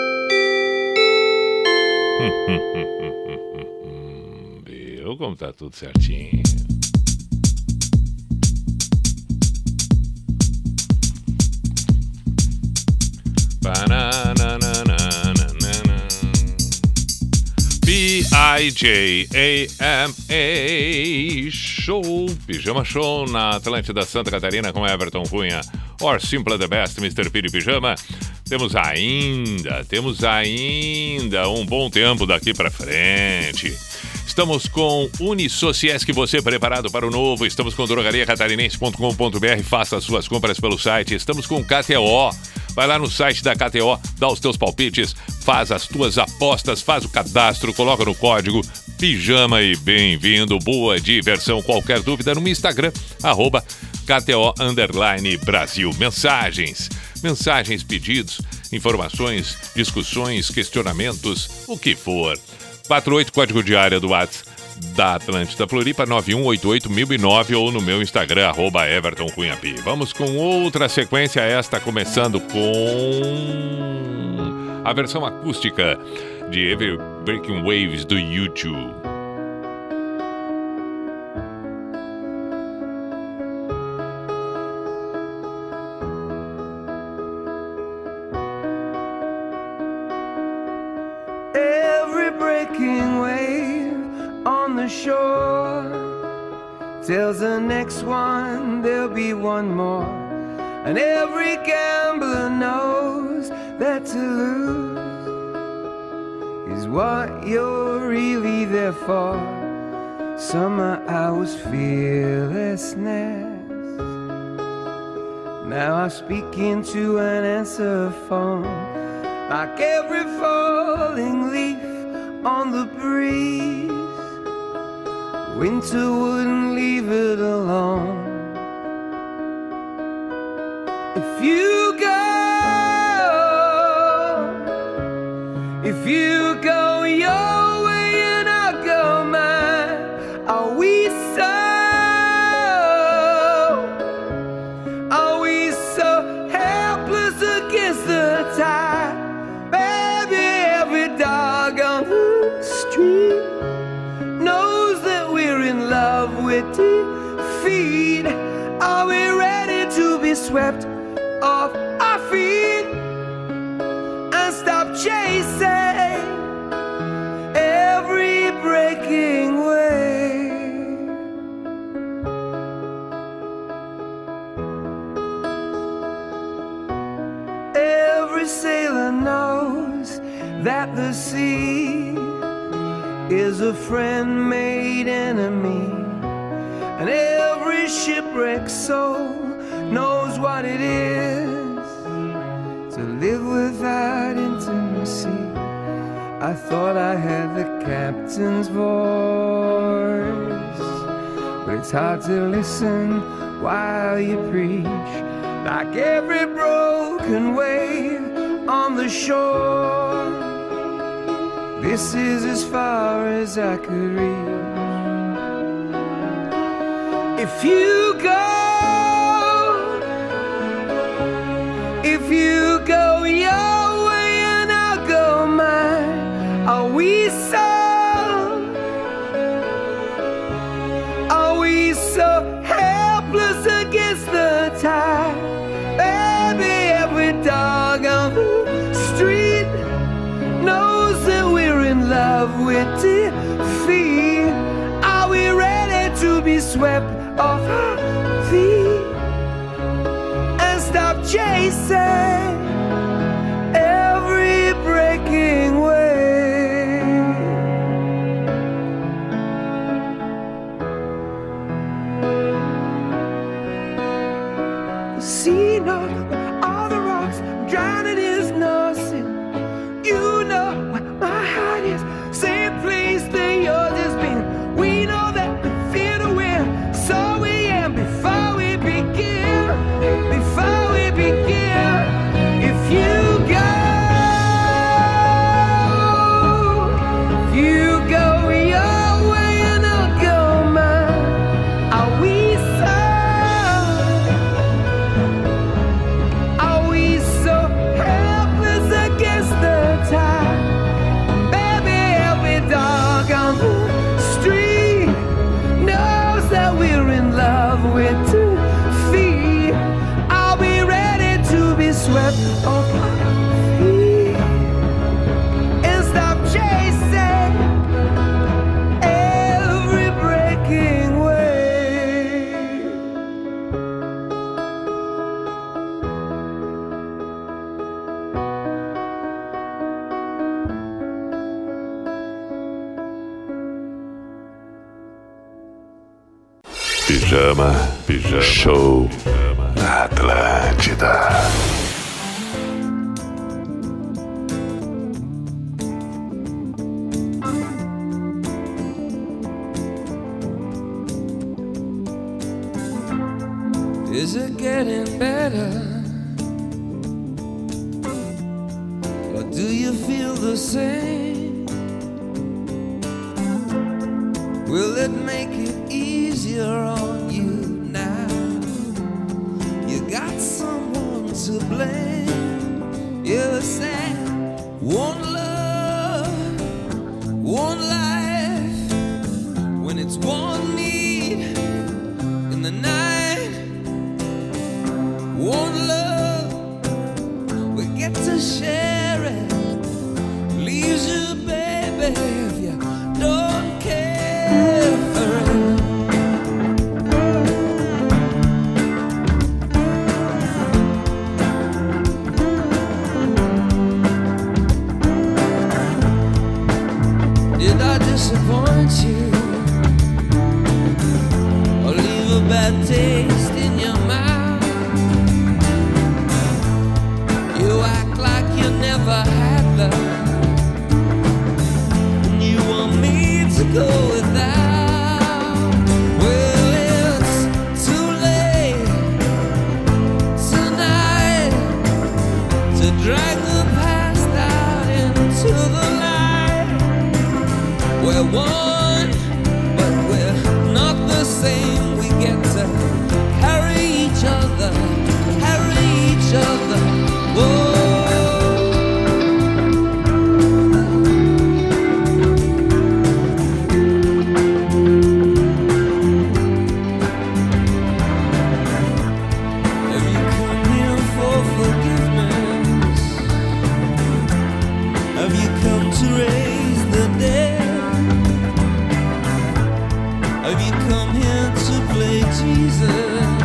Viu como tá tudo certinho? P-I-J-A-M-A Show, Pijama Show na Atlântida Santa Catarina com Everton Cunha, or Simple the Best, Mr. Piri Pijama. Temos ainda um bom tempo daqui pra frente. Estamos com Unisociesc, você preparado para o novo. Estamos com drogariacatarinense.com.br, faça as suas compras pelo site. Estamos com KTO. Vai lá no site da KTO, dá os teus palpites, faz as tuas apostas, faz o cadastro, coloca no código Pijama e bem-vindo. Boa diversão. Qualquer dúvida no Instagram, @KTO_Brasil. Mensagens, pedidos, informações, discussões, questionamentos, o que for. 48, código de área do WhatsApp da Atlântida Floripa, 9188009 ou no meu Instagram, @EvertonCunhaP. Vamos com outra sequência, esta começando com a versão acústica de Ever Breaking Waves do YouTube. Every breaking wave on the shore tells the next one there'll be one more, and every gambler knows that to lose is what you're really there for. Summer hours fearlessness. Now I speak into an answer phone, like every falling leaf on the breeze. Winter wouldn't leave it alone. If you go your way and I'll go mine, are we so helpless against the tide? Baby, every dog on the street knows that we're in love with defeat. Are we ready to be swept off our feet and stop chasing every breaking wave? Every sailor knows that the sea is a friend made enemy, and every shipwrecked soul knows what it is to live without intimacy. I thought I had the captain's voice, but it's hard to listen while you preach, like every broken wave on the shore. This is as far as I could reach. If you go your way and I'll go mine, are we so helpless against the tide? Baby, every dog on the street knows that we're in love with defeat. Are we ready to be swept off our feet and stop chasing every breaking wave? The sea knows all the rocks drowning is nothing. You know where my heart is, same place that yours has been. We know that we fear to win, so we am before we begin. Before we begin, if you go your way and I'll go mine, are we so helpless against the tide? Baby, every dog on the street knows that we're in love with defeat. Are we ready to be swept off our feet and stop chasing every breaking wave? Pijama Show na Atlântida. Is it getting better? Or do you feel the same? Will it make it easier on you now? You got someone to blame. You said one love, one life, when it's one need in the night. One love, we get to share it. Leaves you, baby, if you don't care for it. bad taste in your mouth. You act like you never had love, and you want me to go without. Well, it's too late tonight to drag the past out into the light. We're one, but we're not the same. We get to carry each other, carry each other. Whoa. Have you come here for forgiveness? Have you come to raise the dead? Have you come here to play Jesus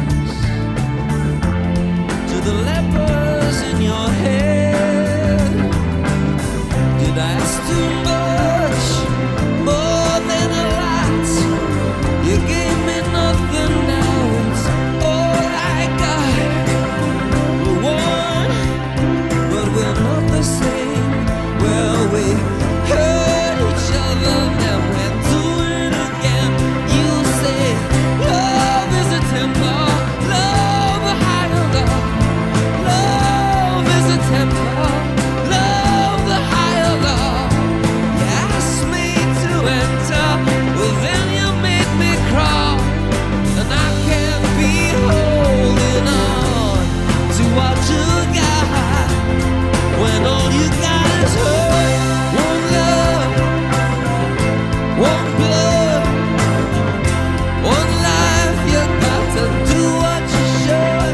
to the lepers in your head? Did I ask too much, more than a lot? You gave me nothing, now it's all I got. We're one, but we're not the same. Well, we hurt each other, now we're doing it again. You say love is a temper, love a higher love. Love is a temper, love the higher love. You asked me to enter, well then you made me crawl, and I can't be holding on to what you got when all you got is hurt. One love, one blood, one life. You got to do what you should.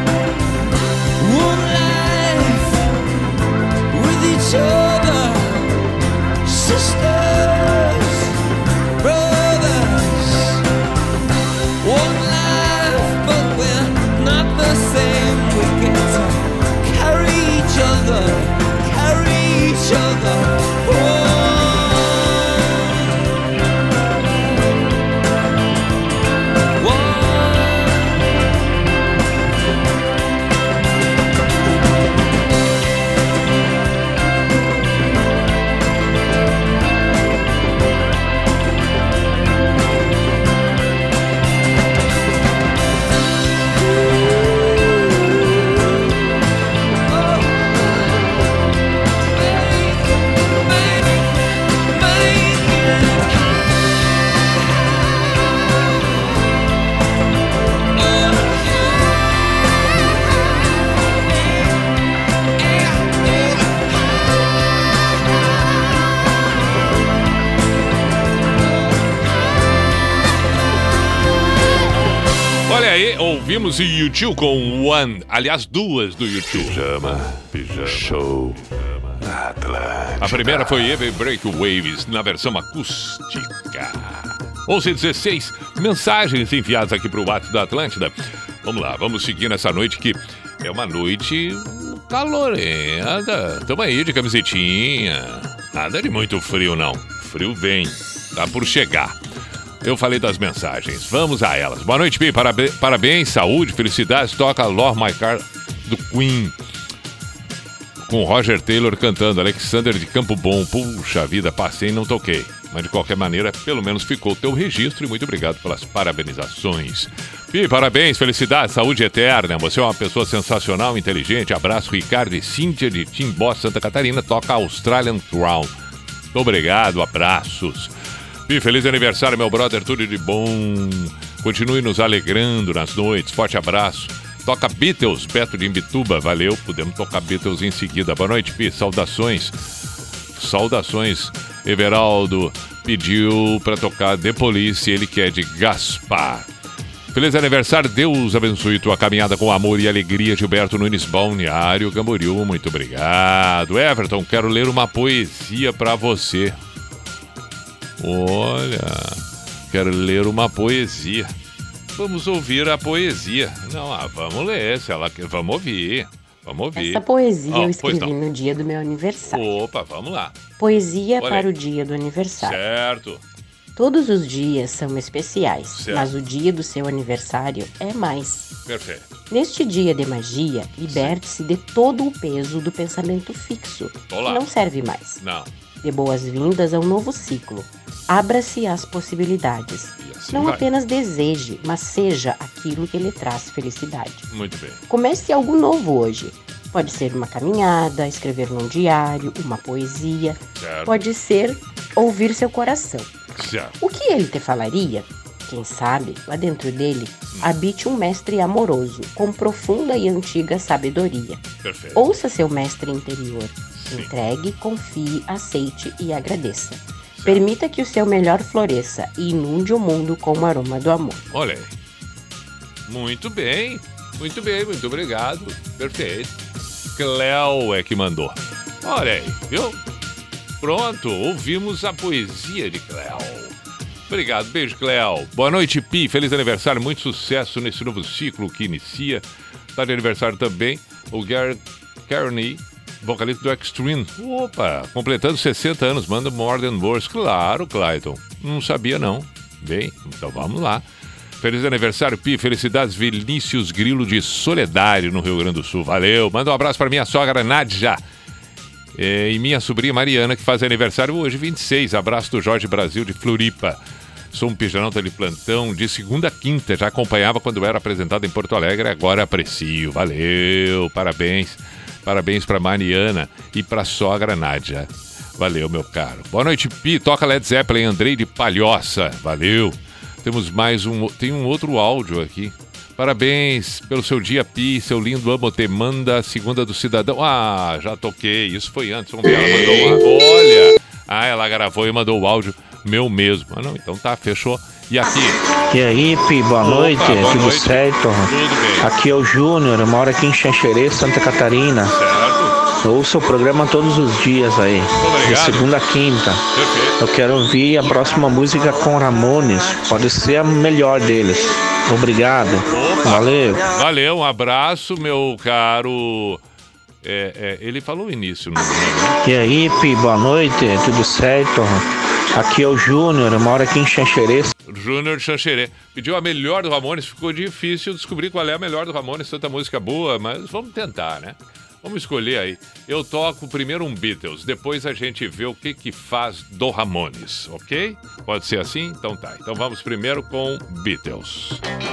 One life with each other, sisters, brothers. One life, but we're not the same. We get to carry each other, carry each other. Olha aí, ouvimos o YouTube com One, aliás, duas do YouTube. Pijama Show. A primeira foi Every Break Waves, na versão acústica. 11h16, mensagens enviadas aqui pro WhatsApp da Atlântida. Vamos lá, vamos seguir nessa noite que é uma noite calorenta. Tamo aí de camisetinha. Nada de muito frio, não. Frio vem, tá por chegar. Eu falei das mensagens, vamos a elas. Boa noite, Pi, parabéns, saúde, felicidades. Toca Love My Car do Queen, com Roger Taylor cantando, Alexander de Campo Bom. Puxa vida, passei e não toquei. Mas de qualquer maneira, pelo menos ficou o teu registro e muito obrigado pelas parabenizações. Pi, parabéns, felicidades, saúde eterna. Você é uma pessoa sensacional, inteligente. Abraço, Ricardo e Cíntia de Timbó, Santa Catarina. Toca Australian Crown. Muito obrigado, abraços. Pi, feliz aniversário, meu brother, tudo de bom. Continue nos alegrando nas noites. Forte abraço. Toca Beatles, Beto de Imbituba. Valeu, podemos tocar Beatles em seguida. Boa noite, Pi. Saudações. Saudações. Everaldo pediu pra tocar The Police, ele que é de Gaspar. Feliz aniversário, Deus abençoe tua caminhada com amor e alegria, Gilberto Nunes, Balneário Camboriú. Muito obrigado. Everton, quero ler uma poesia pra você. Olha, quero ler uma poesia. Vamos ouvir a poesia. Não, vamos ler, se ela quer, vamos ouvir. Vamos ouvir. Essa poesia eu escrevi no dia do meu aniversário. Opa, vamos lá. Poesia Olha para aí. o dia do aniversário. Certo. Todos os dias são especiais, Certo. mas o dia do seu aniversário é mais. Perfeito. Neste dia de magia, liberte-se de todo o peso do pensamento fixo, Olá. que não serve mais. Não. Dê boas-vindas a um novo ciclo. Abra-se às possibilidades. assim Não vai. apenas deseje, mas seja aquilo que lhe traz felicidade. Muito bem. Comece algo novo hoje. Pode ser uma caminhada, escrever num diário, uma poesia. Certo. Pode ser ouvir seu coração. Certo. O que ele te falaria? Quem sabe, lá dentro dele, habite um mestre amoroso, com profunda e antiga sabedoria. Perfeito. Ouça seu mestre interior. Entregue, confie, aceite e agradeça. Permita que o seu melhor floresça e inunde o mundo com o aroma do amor. Olha aí. Muito bem, muito obrigado. Perfeito. Cléo é que mandou. Olha aí, viu? Pronto, ouvimos a poesia de Cléo. Obrigado, beijo, Cléo. Boa noite, Pi. Feliz aniversário, muito sucesso nesse novo ciclo que inicia. Tá de aniversário também o Garrett Kearney, vocalista do Extreme. Opa, completando 60 anos, manda More Than Words. Claro, Clayton. Não sabia, não. Bem, então vamos lá. Feliz aniversário, Pi. Felicidades, Vinícius Grilo de Soledade, no Rio Grande do Sul. Valeu. Manda um abraço para minha sogra, Nádia. E minha sobrinha Mariana, que faz aniversário hoje, 26. Abraço do Jorge Brasil, de Floripa. Sou um pijanota de plantão de segunda a quinta. Já acompanhava quando era apresentado em Porto Alegre. Agora aprecio. Valeu. Parabéns. Parabéns para Mariana e para sogra Nádia. Valeu, meu caro. Boa noite, Pi. Toca Led Zeppelin, Andrei de Palhoça. Valeu. Temos mais tem um outro áudio aqui. Parabéns pelo seu dia, Pi. Seu lindo, amo-te. Manda a segunda do cidadão. Ah, já toquei. Isso foi antes. Vamos ver, ela mandou. Olha. Ah, ela gravou e mandou o áudio meu mesmo. Ah, não, então tá, fechou. E aqui? E aí, Pi, boa noite, tudo noite. certo? Tudo bem. Aqui é o Júnior, eu moro aqui em Xanxerê, Santa Catarina. Certo. Ouço o programa todos os dias aí, de segunda a quinta. Perfeito. Eu quero ouvir a próxima música com Ramones, pode ser a melhor deles. Obrigado. Valeu. Valeu, um abraço, meu caro. Ele falou o início. Né? E aí, Pi, boa noite, tudo certo? Aqui é o Júnior, eu moro aqui em Xanxerê. Júnior de Xanxerê. Pediu a melhor do Ramones, ficou difícil descobrir qual é a melhor do Ramones, tanta música boa, mas vamos tentar, né? Vamos escolher aí. Eu toco primeiro um Beatles, depois a gente vê o que faz do Ramones, ok? Pode ser assim? Então tá. Então vamos primeiro com Beatles.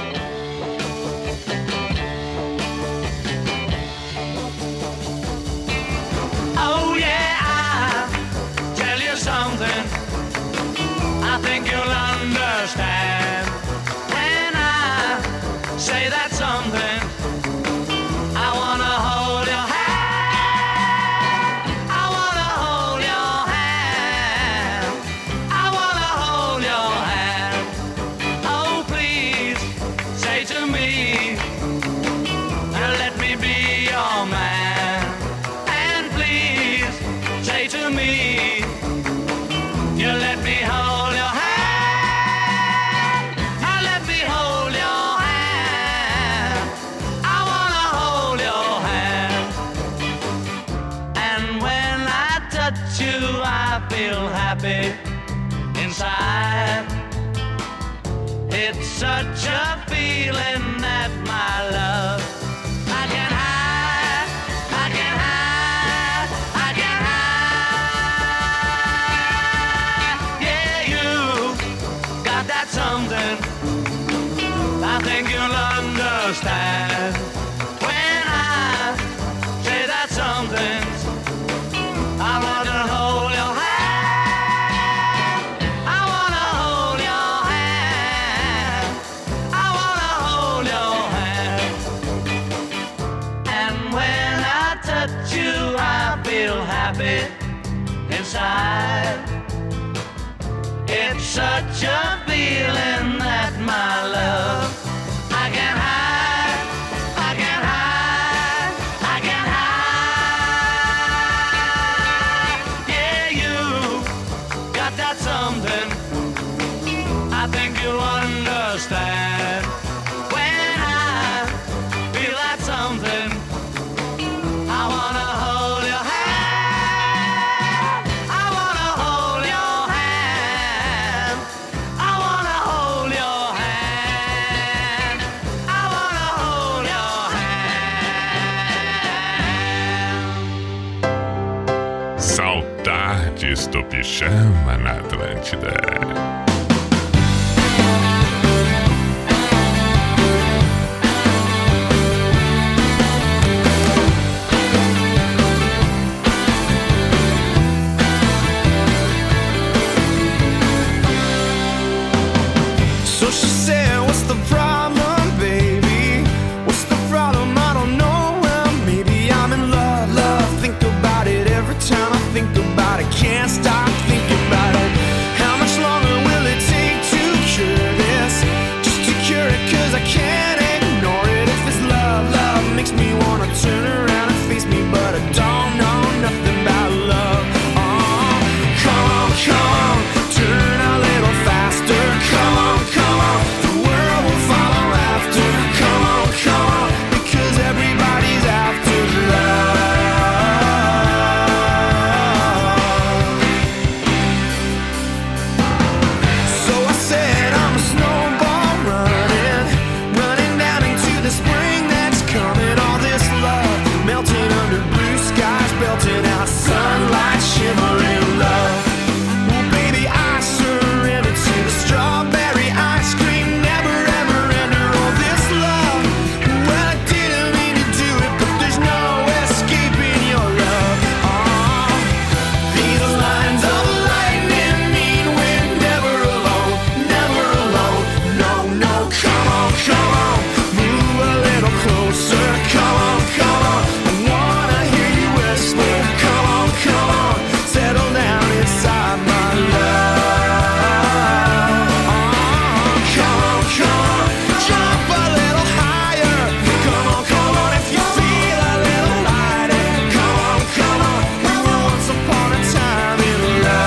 Oh yeah, I'll tell you something I think you'll understand when I say that something. I wanna hold your hand. I wanna hold your hand. I wanna hold your hand. Oh, please say to me, let me be your man. And please say to me, you let me hold your hand. Let me hold your hand. I wanna hold your hand. And when I touch you, I feel happy inside. It's such a feeling that my love I can hide, I can hide, I can hide. Yeah, you got that something I think you'll understand when I say that something. I wanna hold your hand. I wanna hold your hand. I wanna hold your hand. And when I touch you, I feel happy inside. It's such a feeling that my love I can hide, I can hide, I can hide. Yeah, you got that something I think you'll understand when I feel that something. I wanna hold your hand. I wanna hold your hand. Diz do Pijama na Atlântida. So she said, what's the problem, baby? What's the problem? I don't know. Well, maybe I'm in love, love. Think about it every time I think about it. Can't stop thinking about it. How much longer will it take to cure this? Just to cure it, cause I can't ignore it. If it's love, love makes me wanna turn around and face me, but I don't know nothing about love. Oh, come on, turn a little faster. Come on, the world will follow after. Come on, because everybody's after love. So I said I'm a snowball running down into the spring that's coming. All this love melting under blue skies, belting out sunlight, shimmering love. Well, baby, I surrender to the strawberry ice cream, never ever enter all this love. Well, I didn't mean to do it, but there's no escaping your love. Oh, these lines of lightning mean we're never alone, never alone. No, come on, move a little closer. Come on, I wanna hear you whisper. Come on, settle down inside my love. Come on, jump a little higher. Come on, if you feel a little lighter. Come on, we were once upon a time in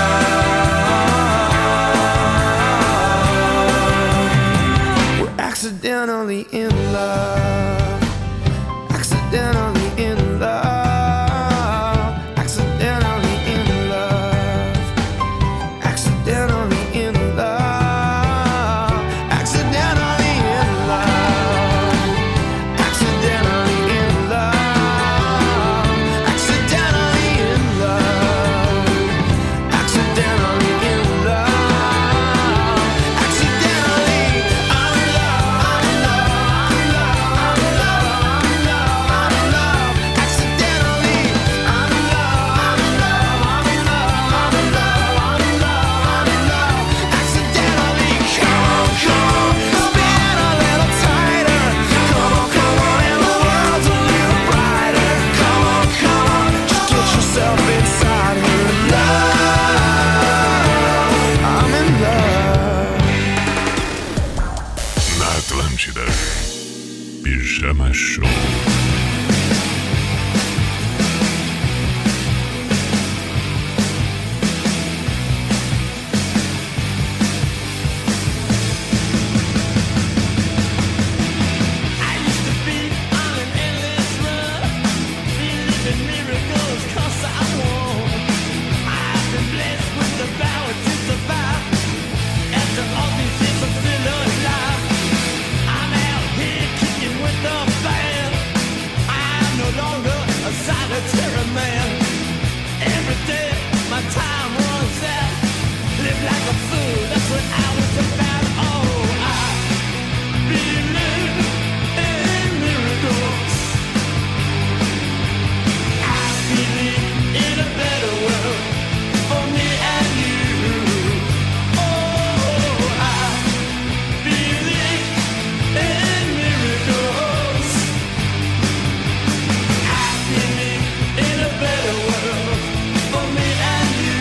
love. We're accidentally in love. Accidentally in love. Accidentally in love. Accidentally in love. Accidentally in love. Accidentally in love. Accidentally in love. Accidentally in love. Accidentally, I'm in love. Accidentally, I'm in love. Accidentally, come on, spin a little tighter. Come on, and the world's a little brighter. Come on, just get yourself inside her love. I'm in love. Na Atlântida. Pijama Show. I used to be on an endless run, believing miracles 'cause I won. I've been blessed with the power to survive. After all these years I'm still alive. I'm out here kicking with the band. I'm no longer a solitary man. Every day my time runs out. Live like a fool, that's what I was about. Oh, I believe in miracles. I believe in a better world for me and you. Oh, I believe in miracles. I believe in a better world for me and you.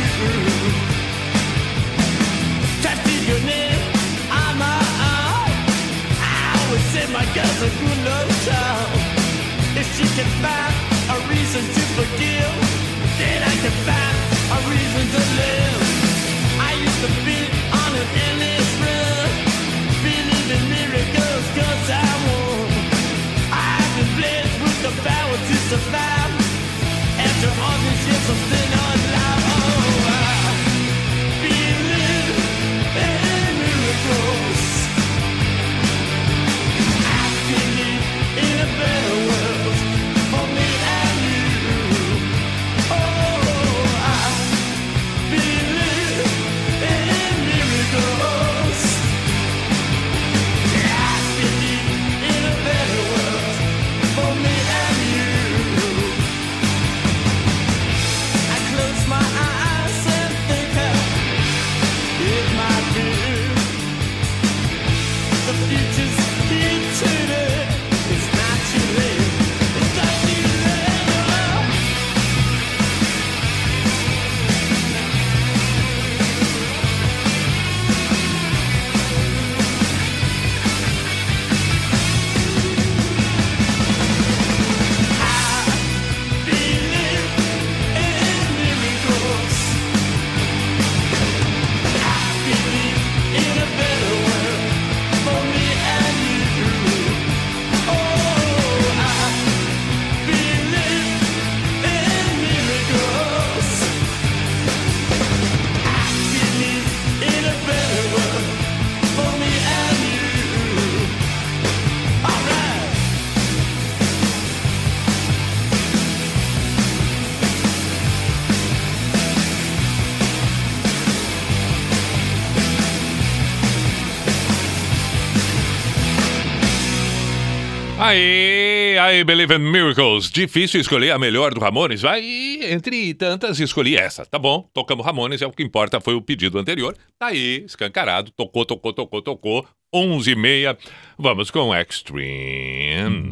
Tattoo your name on my arm. I always say my girl's a good love child. If she can find a reason to forgive, then I can find a reason to live. I used to be on an endless run, believe in miracles 'cause I won. I've been blessed with the power to survive. After all these years I'm still alive. Oh, I believe in miracles. I believe in a better world for me and you. Oh, I Aí, Believe in Miracles. Difícil escolher a melhor do Ramones. Vai, entre tantas, escolhi essa. Tá bom, tocamos Ramones, é o que importa, foi o pedido anterior. Tá aí, escancarado, tocou. 11h30. Vamos com Extreme.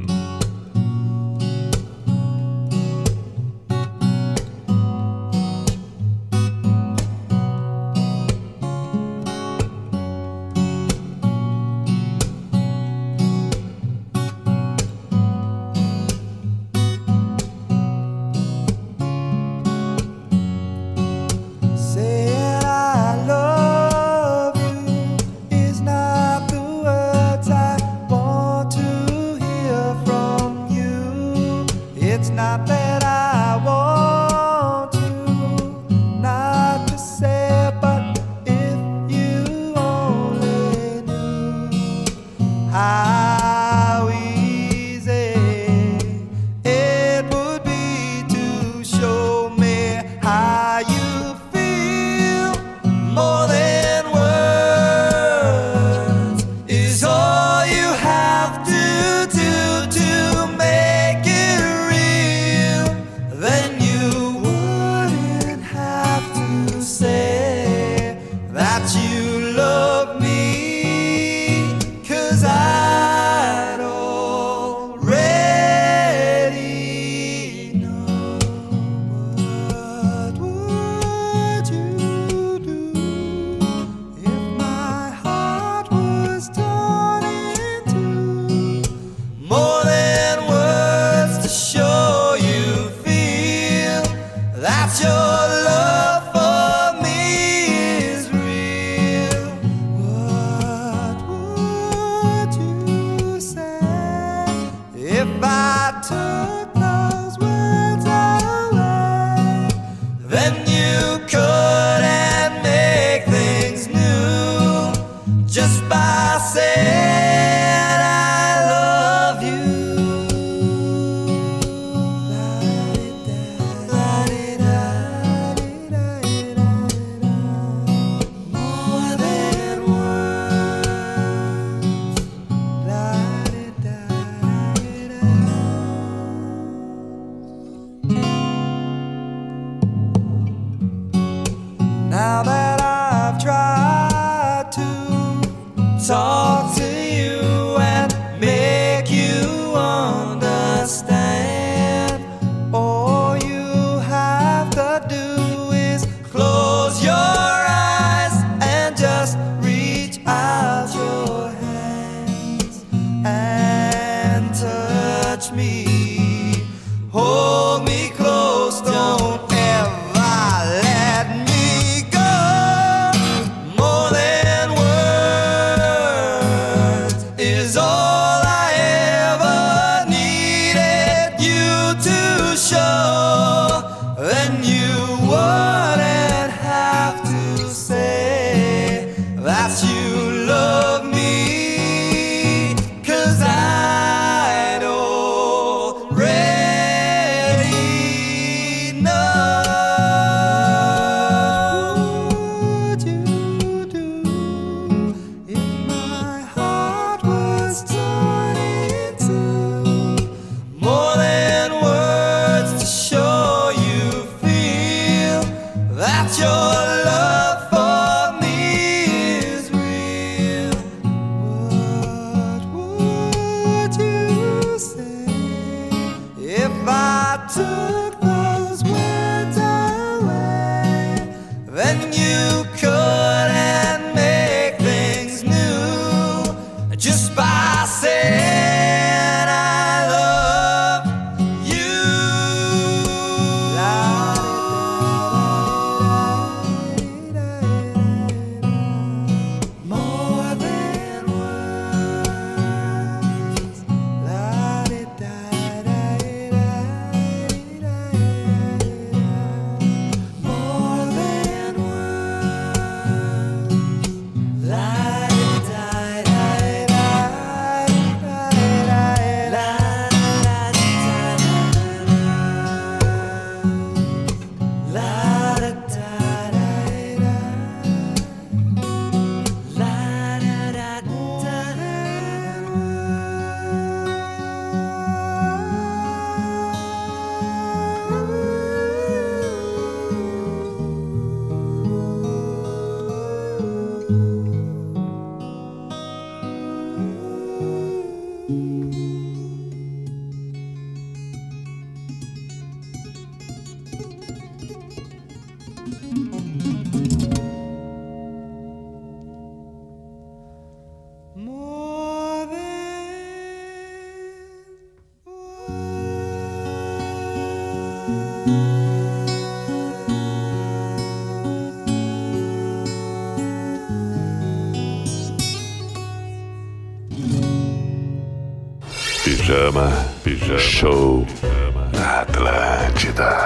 Pijama Show na Atlântida.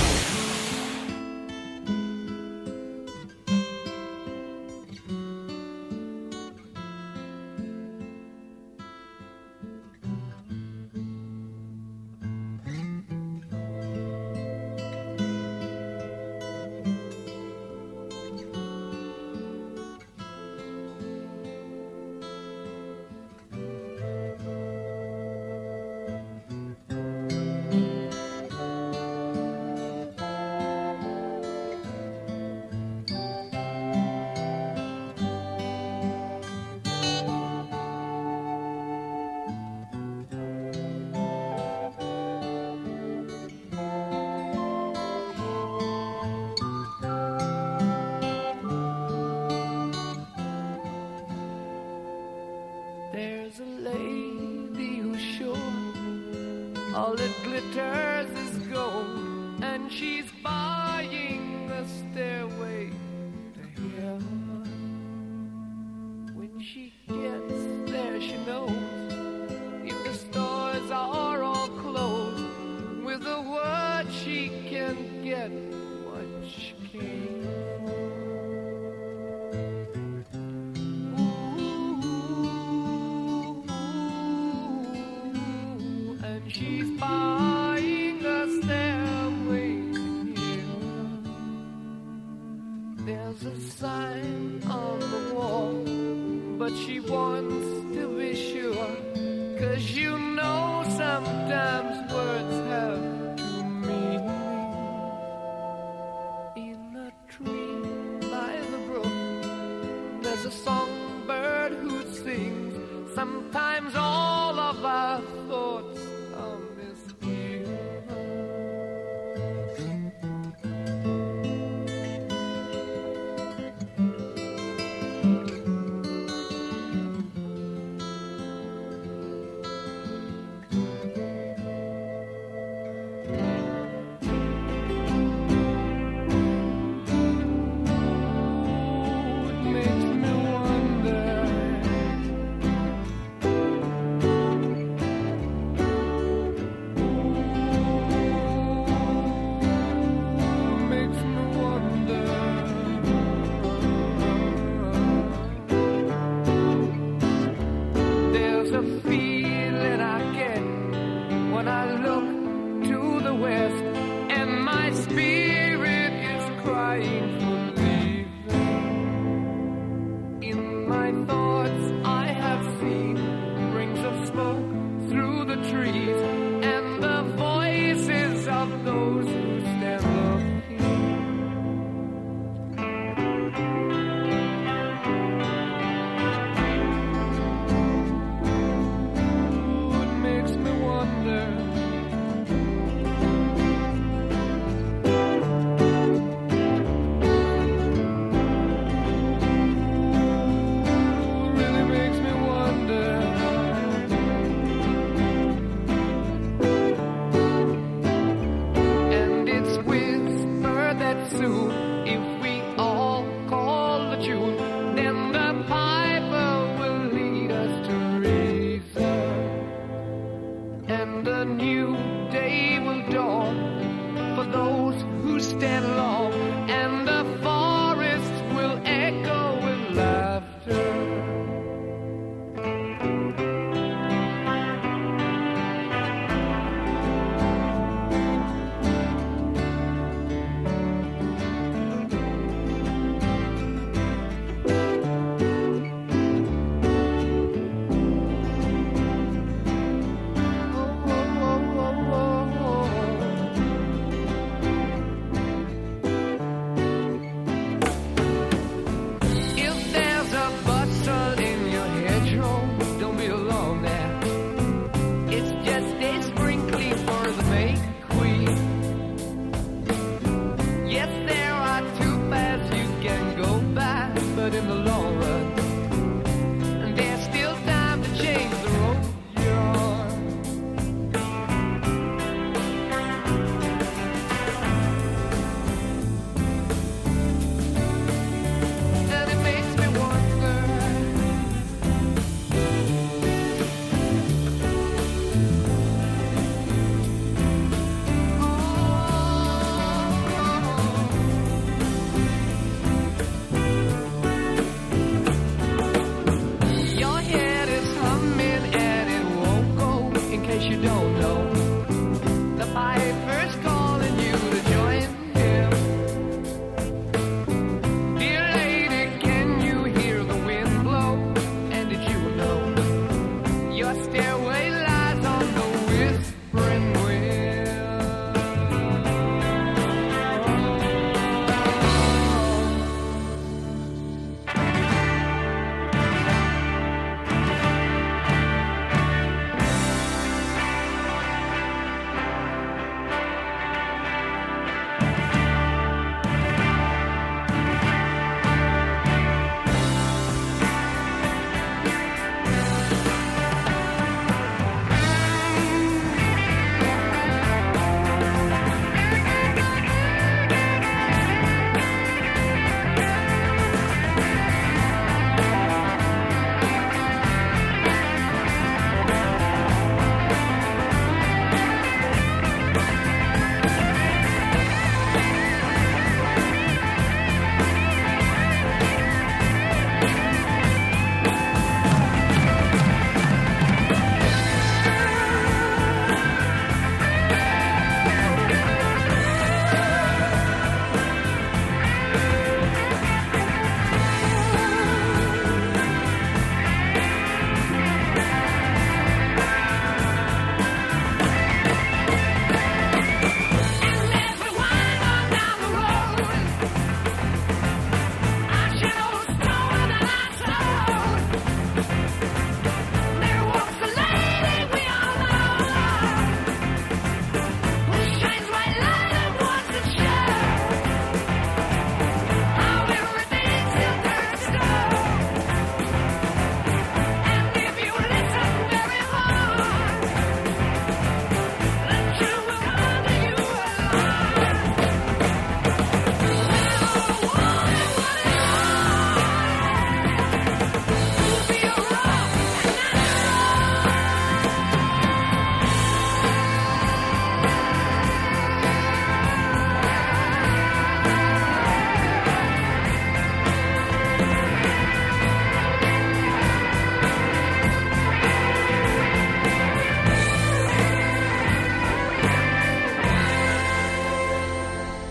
There's a lady who's sure all that glitters is gold, and she's buying a stairway to heaven. When she gets there, she knows if the stores are all closed, with a word she can get what she came for. She's buying a stairway here. There's a sign on the wall, but she wants to be sure, 'cause you know sometimes words have two meanings. In a tree by the brook, there's a songbird who sings. Sometimes all of our thoughts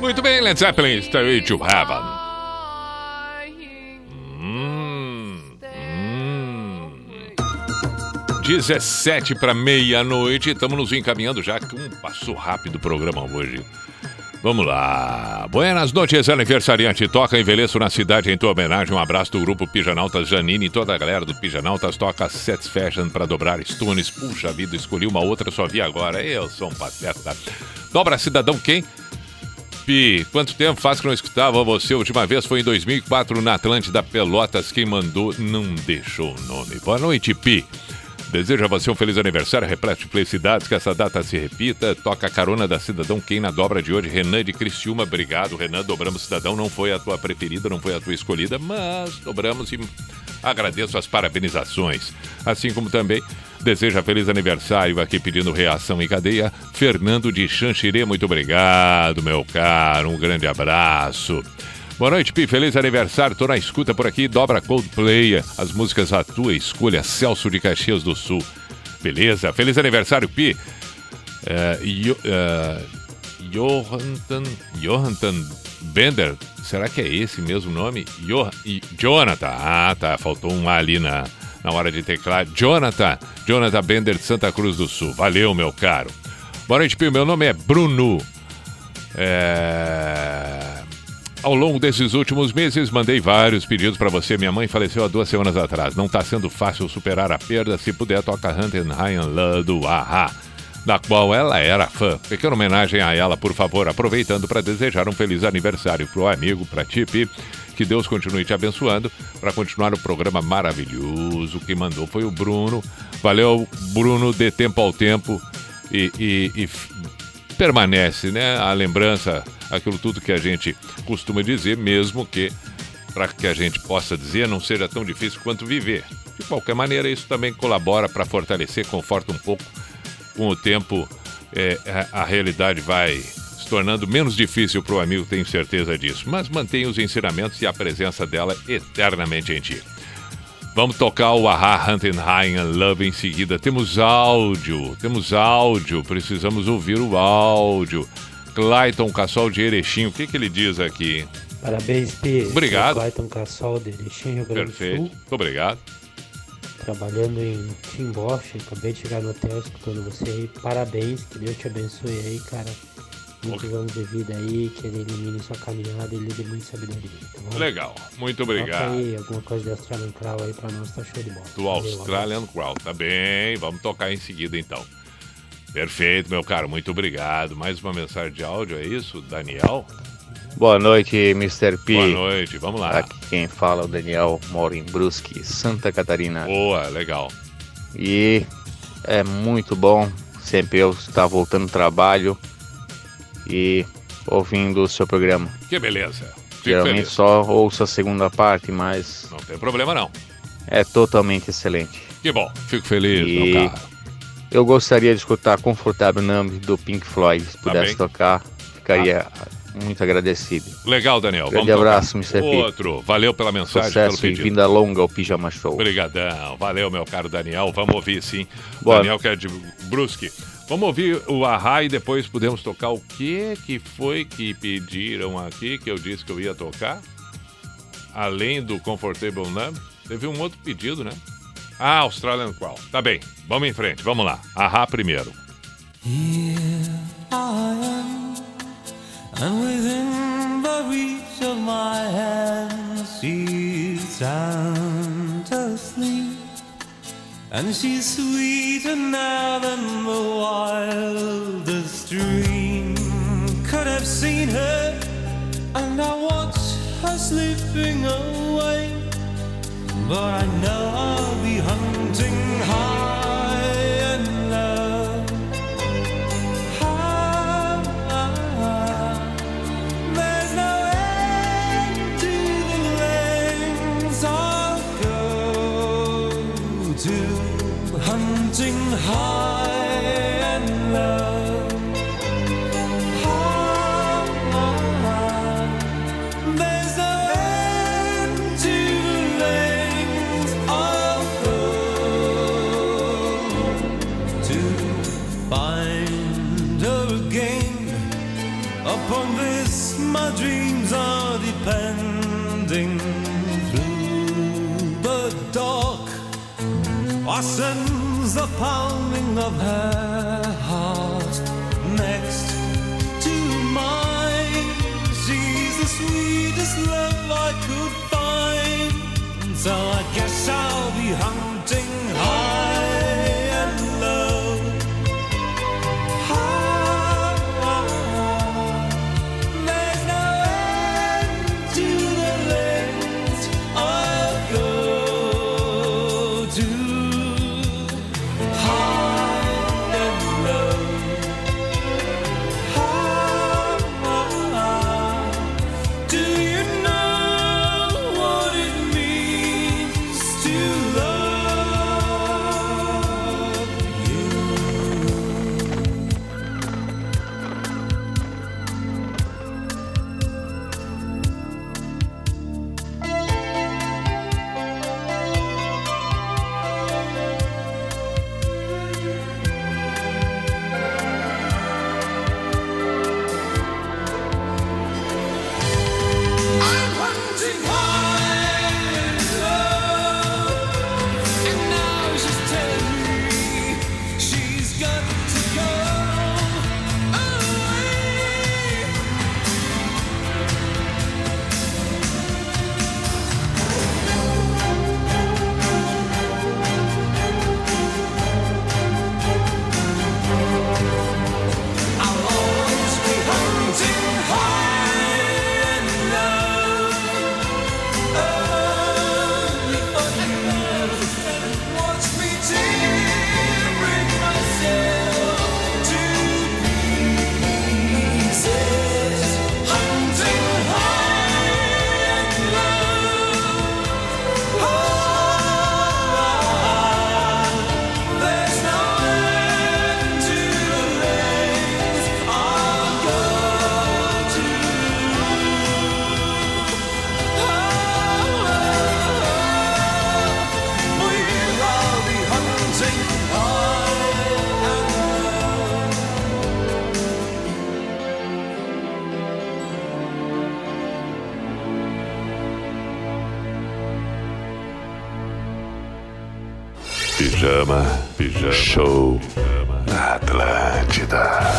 Muito bem, Led Zeppelin, Stairway to Heaven. 17 para meia-noite, estamos nos encaminhando já, que passou rápido o programa hoje. Vamos lá. Buenas noites, aniversariante. Toca Envelheço na Cidade em tua homenagem. Um abraço do grupo Pijanautas Janine e toda a galera do Pijanautas. Toca Satisfaction para dobrar Stones. Puxa vida, escolhi uma outra, só vi agora. Eu sou um pateta. Dobra Cidadão quem? Pi, quanto tempo faz que não escutava você? A última vez foi em 2004 na Atlântida Pelotas. Quem mandou não deixou o nome. Boa noite, Pi. Desejo a você um feliz aniversário, repleto de felicidades, que essa data se repita. Toca a carona da Cidadão quem na dobra de hoje? Renan de Criciúma, obrigado, Renan. Dobramos Cidadão, não foi a tua preferida, não foi a tua escolhida, mas dobramos e agradeço as parabenizações. Assim como também deseja feliz aniversário, aqui pedindo reação em cadeia, Fernando de Xanxerê, muito obrigado, meu caro, um grande abraço. Boa noite, Pi. Feliz aniversário. Tô na escuta por aqui. Dobra Coldplay. As músicas à tua escolha. Celso de Caxias do Sul. Beleza. Feliz aniversário, Pi. Johantan Bender. Será que é esse mesmo nome? Jonathan. Ah, tá. Faltou um A ali na hora de teclar. Jonathan Bender de Santa Cruz do Sul. Valeu, meu caro. Boa noite, Pi. Meu nome é Bruno. Ao longo desses últimos meses, mandei vários pedidos para você. Minha mãe faleceu há 2 semanas atrás. Não tá sendo fácil superar a perda. Se puder, toca Hunter High and Love do A-ha, da qual ela era fã. Pequena homenagem a ela, por favor. Aproveitando para desejar um feliz aniversário pro amigo, pra Tipi. Que Deus continue te abençoando para continuar o programa maravilhoso. Quem mandou foi o Bruno. Valeu, Bruno. Dê tempo ao tempo e permanece, né? A lembrança, aquilo tudo que a gente costuma dizer, mesmo que, para que a gente possa dizer, não seja tão difícil quanto viver. De qualquer maneira, isso também colabora para fortalecer, conforta um pouco. Com o tempo, a realidade vai se tornando menos difícil para o amigo, tenho certeza disso. Mas mantenha os ensinamentos e a presença dela eternamente em ti. Vamos tocar o A-ha, Hunting High and Love em seguida. Temos áudio, precisamos ouvir o áudio. Clayton Cassol de Erechim, o que ele diz aqui? Parabéns, Pi. Obrigado. Clayton Cassol de Erechim, Rio Grande do Sul. Perfeito, muito obrigado. Trabalhando em Timbó, acabei de chegar no hotel escutando você aí. Parabéns, que Deus te abençoe aí, cara. Muitos anos de vida aí, que ele elimine sua caminhada e lhe dê muita sabedoria, tá bom? Legal, muito obrigado. Toca aí alguma coisa do Australian Crow aí pra nós, tá show de bola. Do Australian Crow, tá bem, vamos tocar em seguida então. Perfeito, meu caro, muito obrigado. Mais uma mensagem de áudio, é isso, Daniel? Boa noite, Mr. P. Boa noite, vamos lá. Aqui quem fala é o Daniel, moro em Brusque, Santa Catarina. Boa, legal. E é muito bom sempre eu estar voltando do trabalho e ouvindo o seu programa. Que beleza. Geralmente só ouço a segunda parte, mas... Não tem problema não. É totalmente excelente. Que bom, fico feliz, meu caro. Eu gostaria de escutar Comfortable Number do Pink Floyd. Se pudesse tocar, ficaria muito agradecido. Legal, Daniel. Grande abraço, Mr. P. Outro. Valeu pela mensagem, sucesso pelo pedido. E vinda longa ao Pijama Show. Obrigadão. Valeu, meu caro Daniel. Vamos ouvir, sim. Boa. Daniel, que é de Brusque. Vamos ouvir o A-ha e depois podemos tocar o que foi que pediram aqui, que eu disse que eu ia tocar? Além do Comfortable Number. Teve um outro pedido, né? Australian Crow. Tá bem, vamos em frente, vamos lá. A-ha primeiro. Here I am, and within the reach of my hand, she's sound asleep, and she's sweeter now than the wildest dream could have seen her, and I watch her slipping away. But I know I'll be hunting high and low. There's no end to the lengths I'll go to, hunting high and low. There's no end to the lengths I'll go to find her again. Upon this my dreams are depending. Through the dark ascends the pounding of her heart next to mine. She's the sweetest love I could find. So I guess I'll be hunting high and low. There's no end to the lengths I'll go to. High and low. Do you know what it means to love you? I'm hunting high and low, and now she's telling me she's got to go away. I'll always be hunting high and low, only for you. Watch me tearing myself to pieces, hunting high and low. There's no end to the lengths I'll go to. We'll all be hunting high and Pijama Show na Atlântida.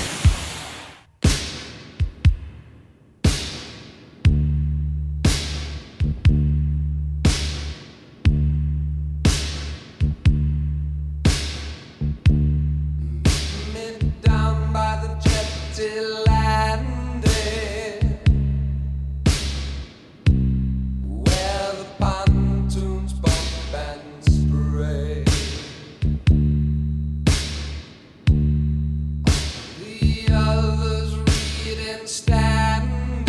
Down by the jetty landing, where the pontoons bump and spray. The others read and standing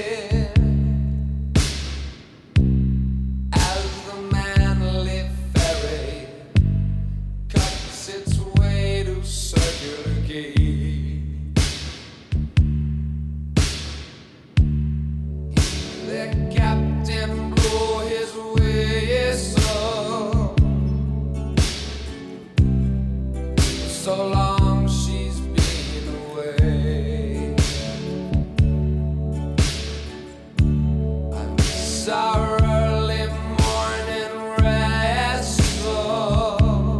as the manly ferry cuts its way to Circular Quay. The captain blew his whistle. So long she's been away. I miss our early morning wrestle.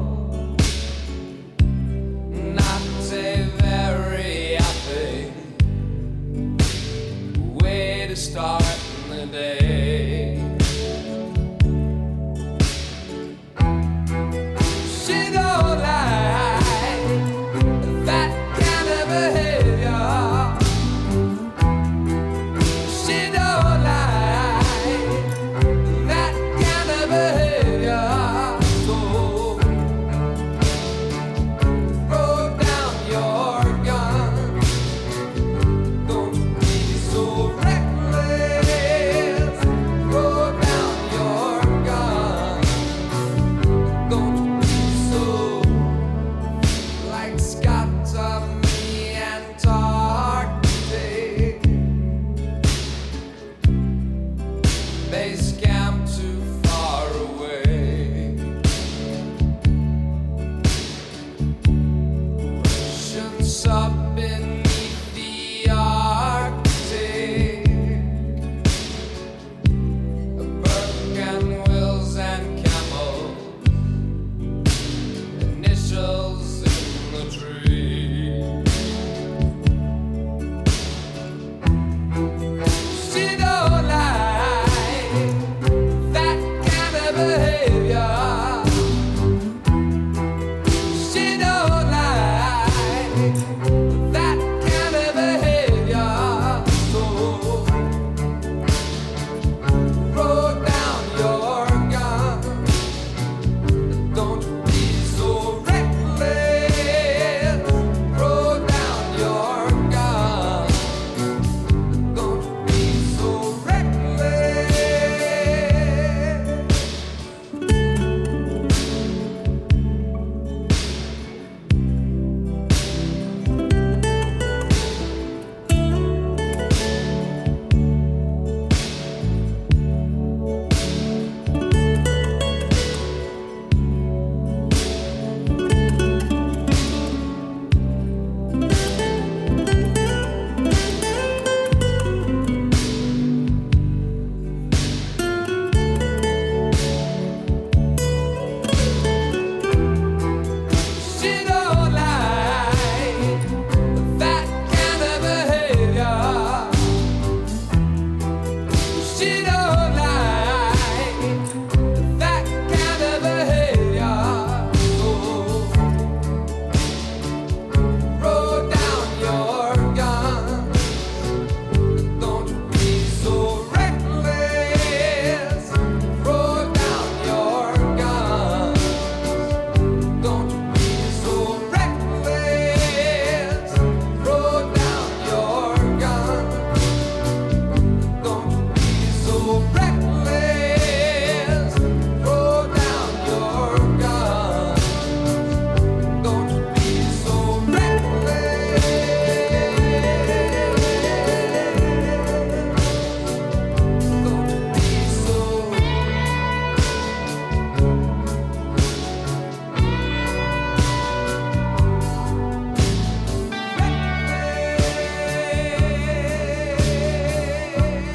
Not a very happy way to start the day. She don't like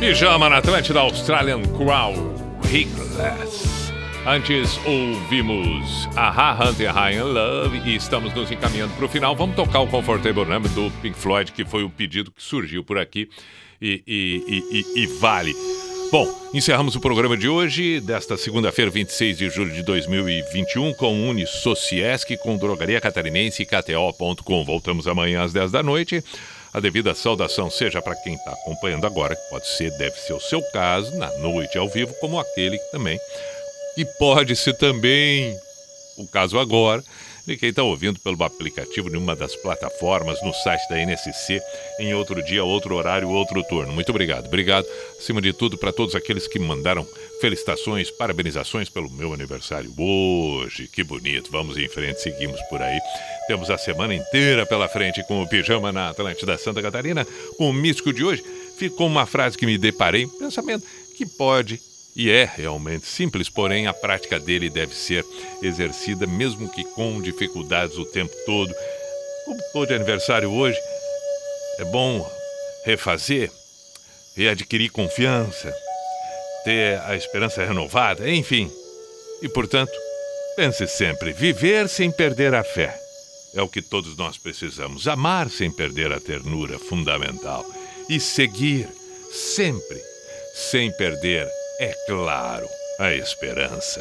Pijama na Atlântida, Australian Crow, Reckless. Antes ouvimos Aha, Hunter High and Love e estamos nos encaminhando para o final. Vamos tocar o Comfortable Number do Pink Floyd, que foi o pedido que surgiu por aqui e vale. Bom, encerramos o programa de hoje, desta segunda-feira, 26 de julho de 2021, com Unisociesc, com Drogaria Catarinense e KTO.com. Voltamos amanhã às 10 da noite. A devida saudação seja para quem está acompanhando agora, que pode ser, deve ser o seu caso, na noite ao vivo, como aquele que também... E pode ser também o caso agora de quem está ouvindo pelo aplicativo de uma das plataformas, no site da NSC, em outro dia, outro horário, outro turno. Muito obrigado. Obrigado, acima de tudo, para todos aqueles que mandaram felicitações, parabenizações pelo meu aniversário hoje. Que bonito. Vamos em frente, seguimos por aí. Temos a semana inteira pela frente com o Pijama na Atlântida Santa Catarina. Com o místico de hoje, ficou uma frase que me deparei, pensamento que pode... E é realmente simples, porém a prática dele deve ser exercida, mesmo que com dificuldades o tempo todo. Como estou de aniversário hoje, é bom refazer, readquirir confiança, ter a esperança renovada, enfim. E, portanto, pense sempre, viver sem perder a fé. É o que todos nós precisamos. Amar sem perder a ternura, fundamental. E seguir sempre, sem perder, é claro, a esperança.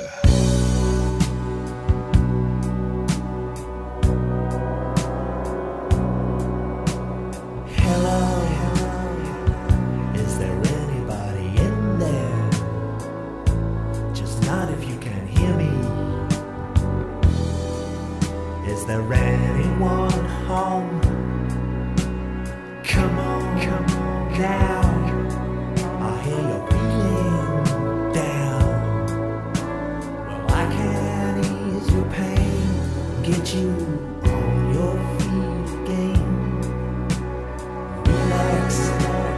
Hello, is there anybody in there? Just not if you can hear me. Is there anyone home? Come on now. I hear your feeling down. Well, I can ease your pain, get you on your feet again. Relax,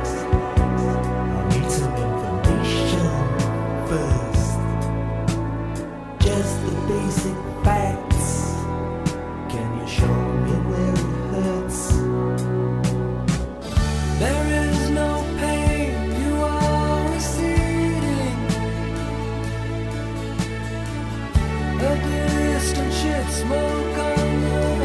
I need some information first. Just the basic facts. Can you show me where it hurts? There is no pain you are receding. A distant ship smoke on the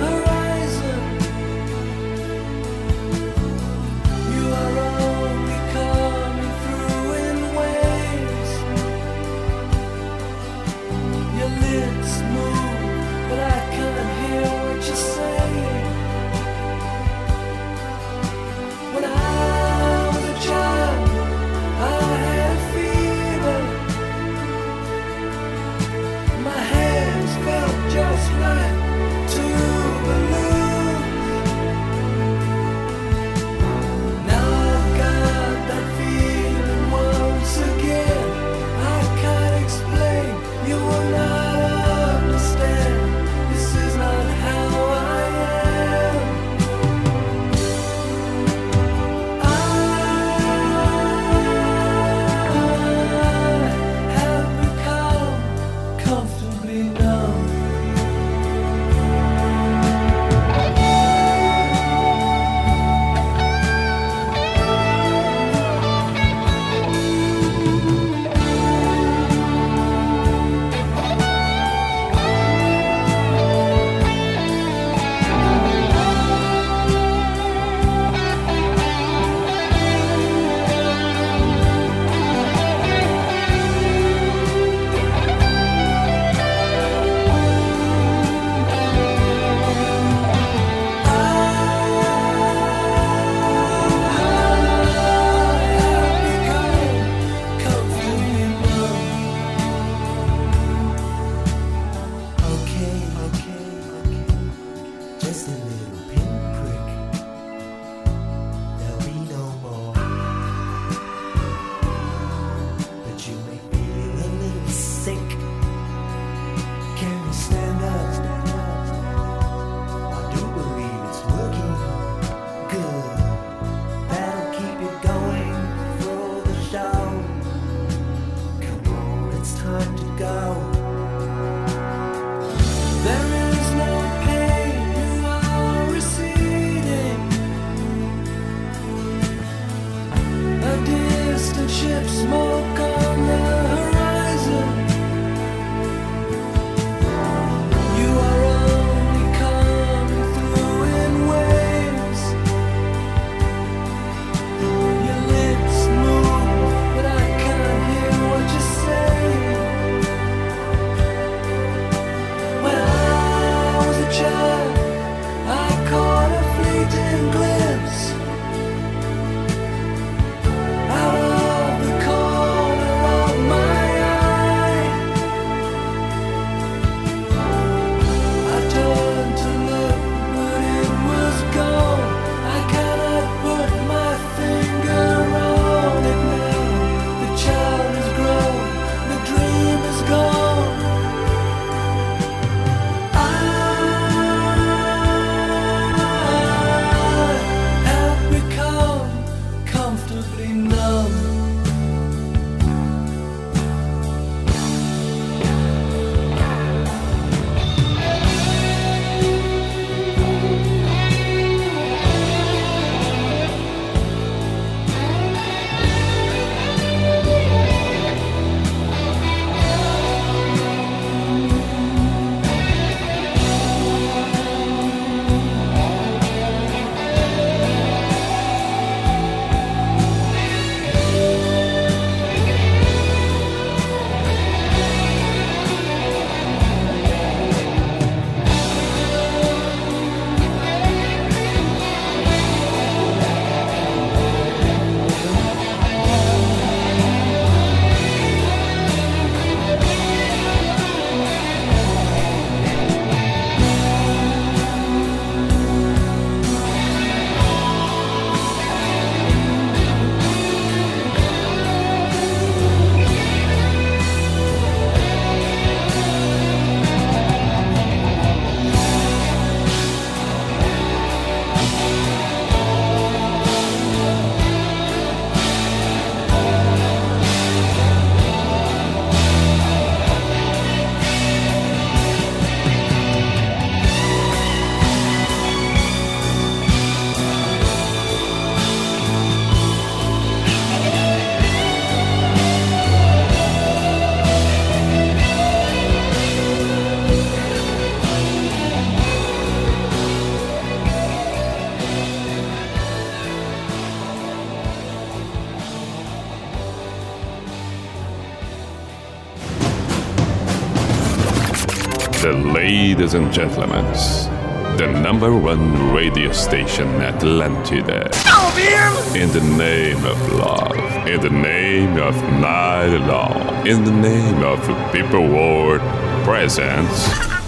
Ladies and gentlemen, the #1 radio station, Atlantida. In the name of love, in the name of night long, in the name of people world presence.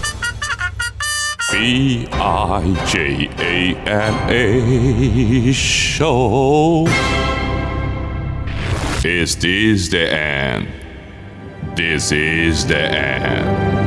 PIJANA show. Is this the end? This is the end.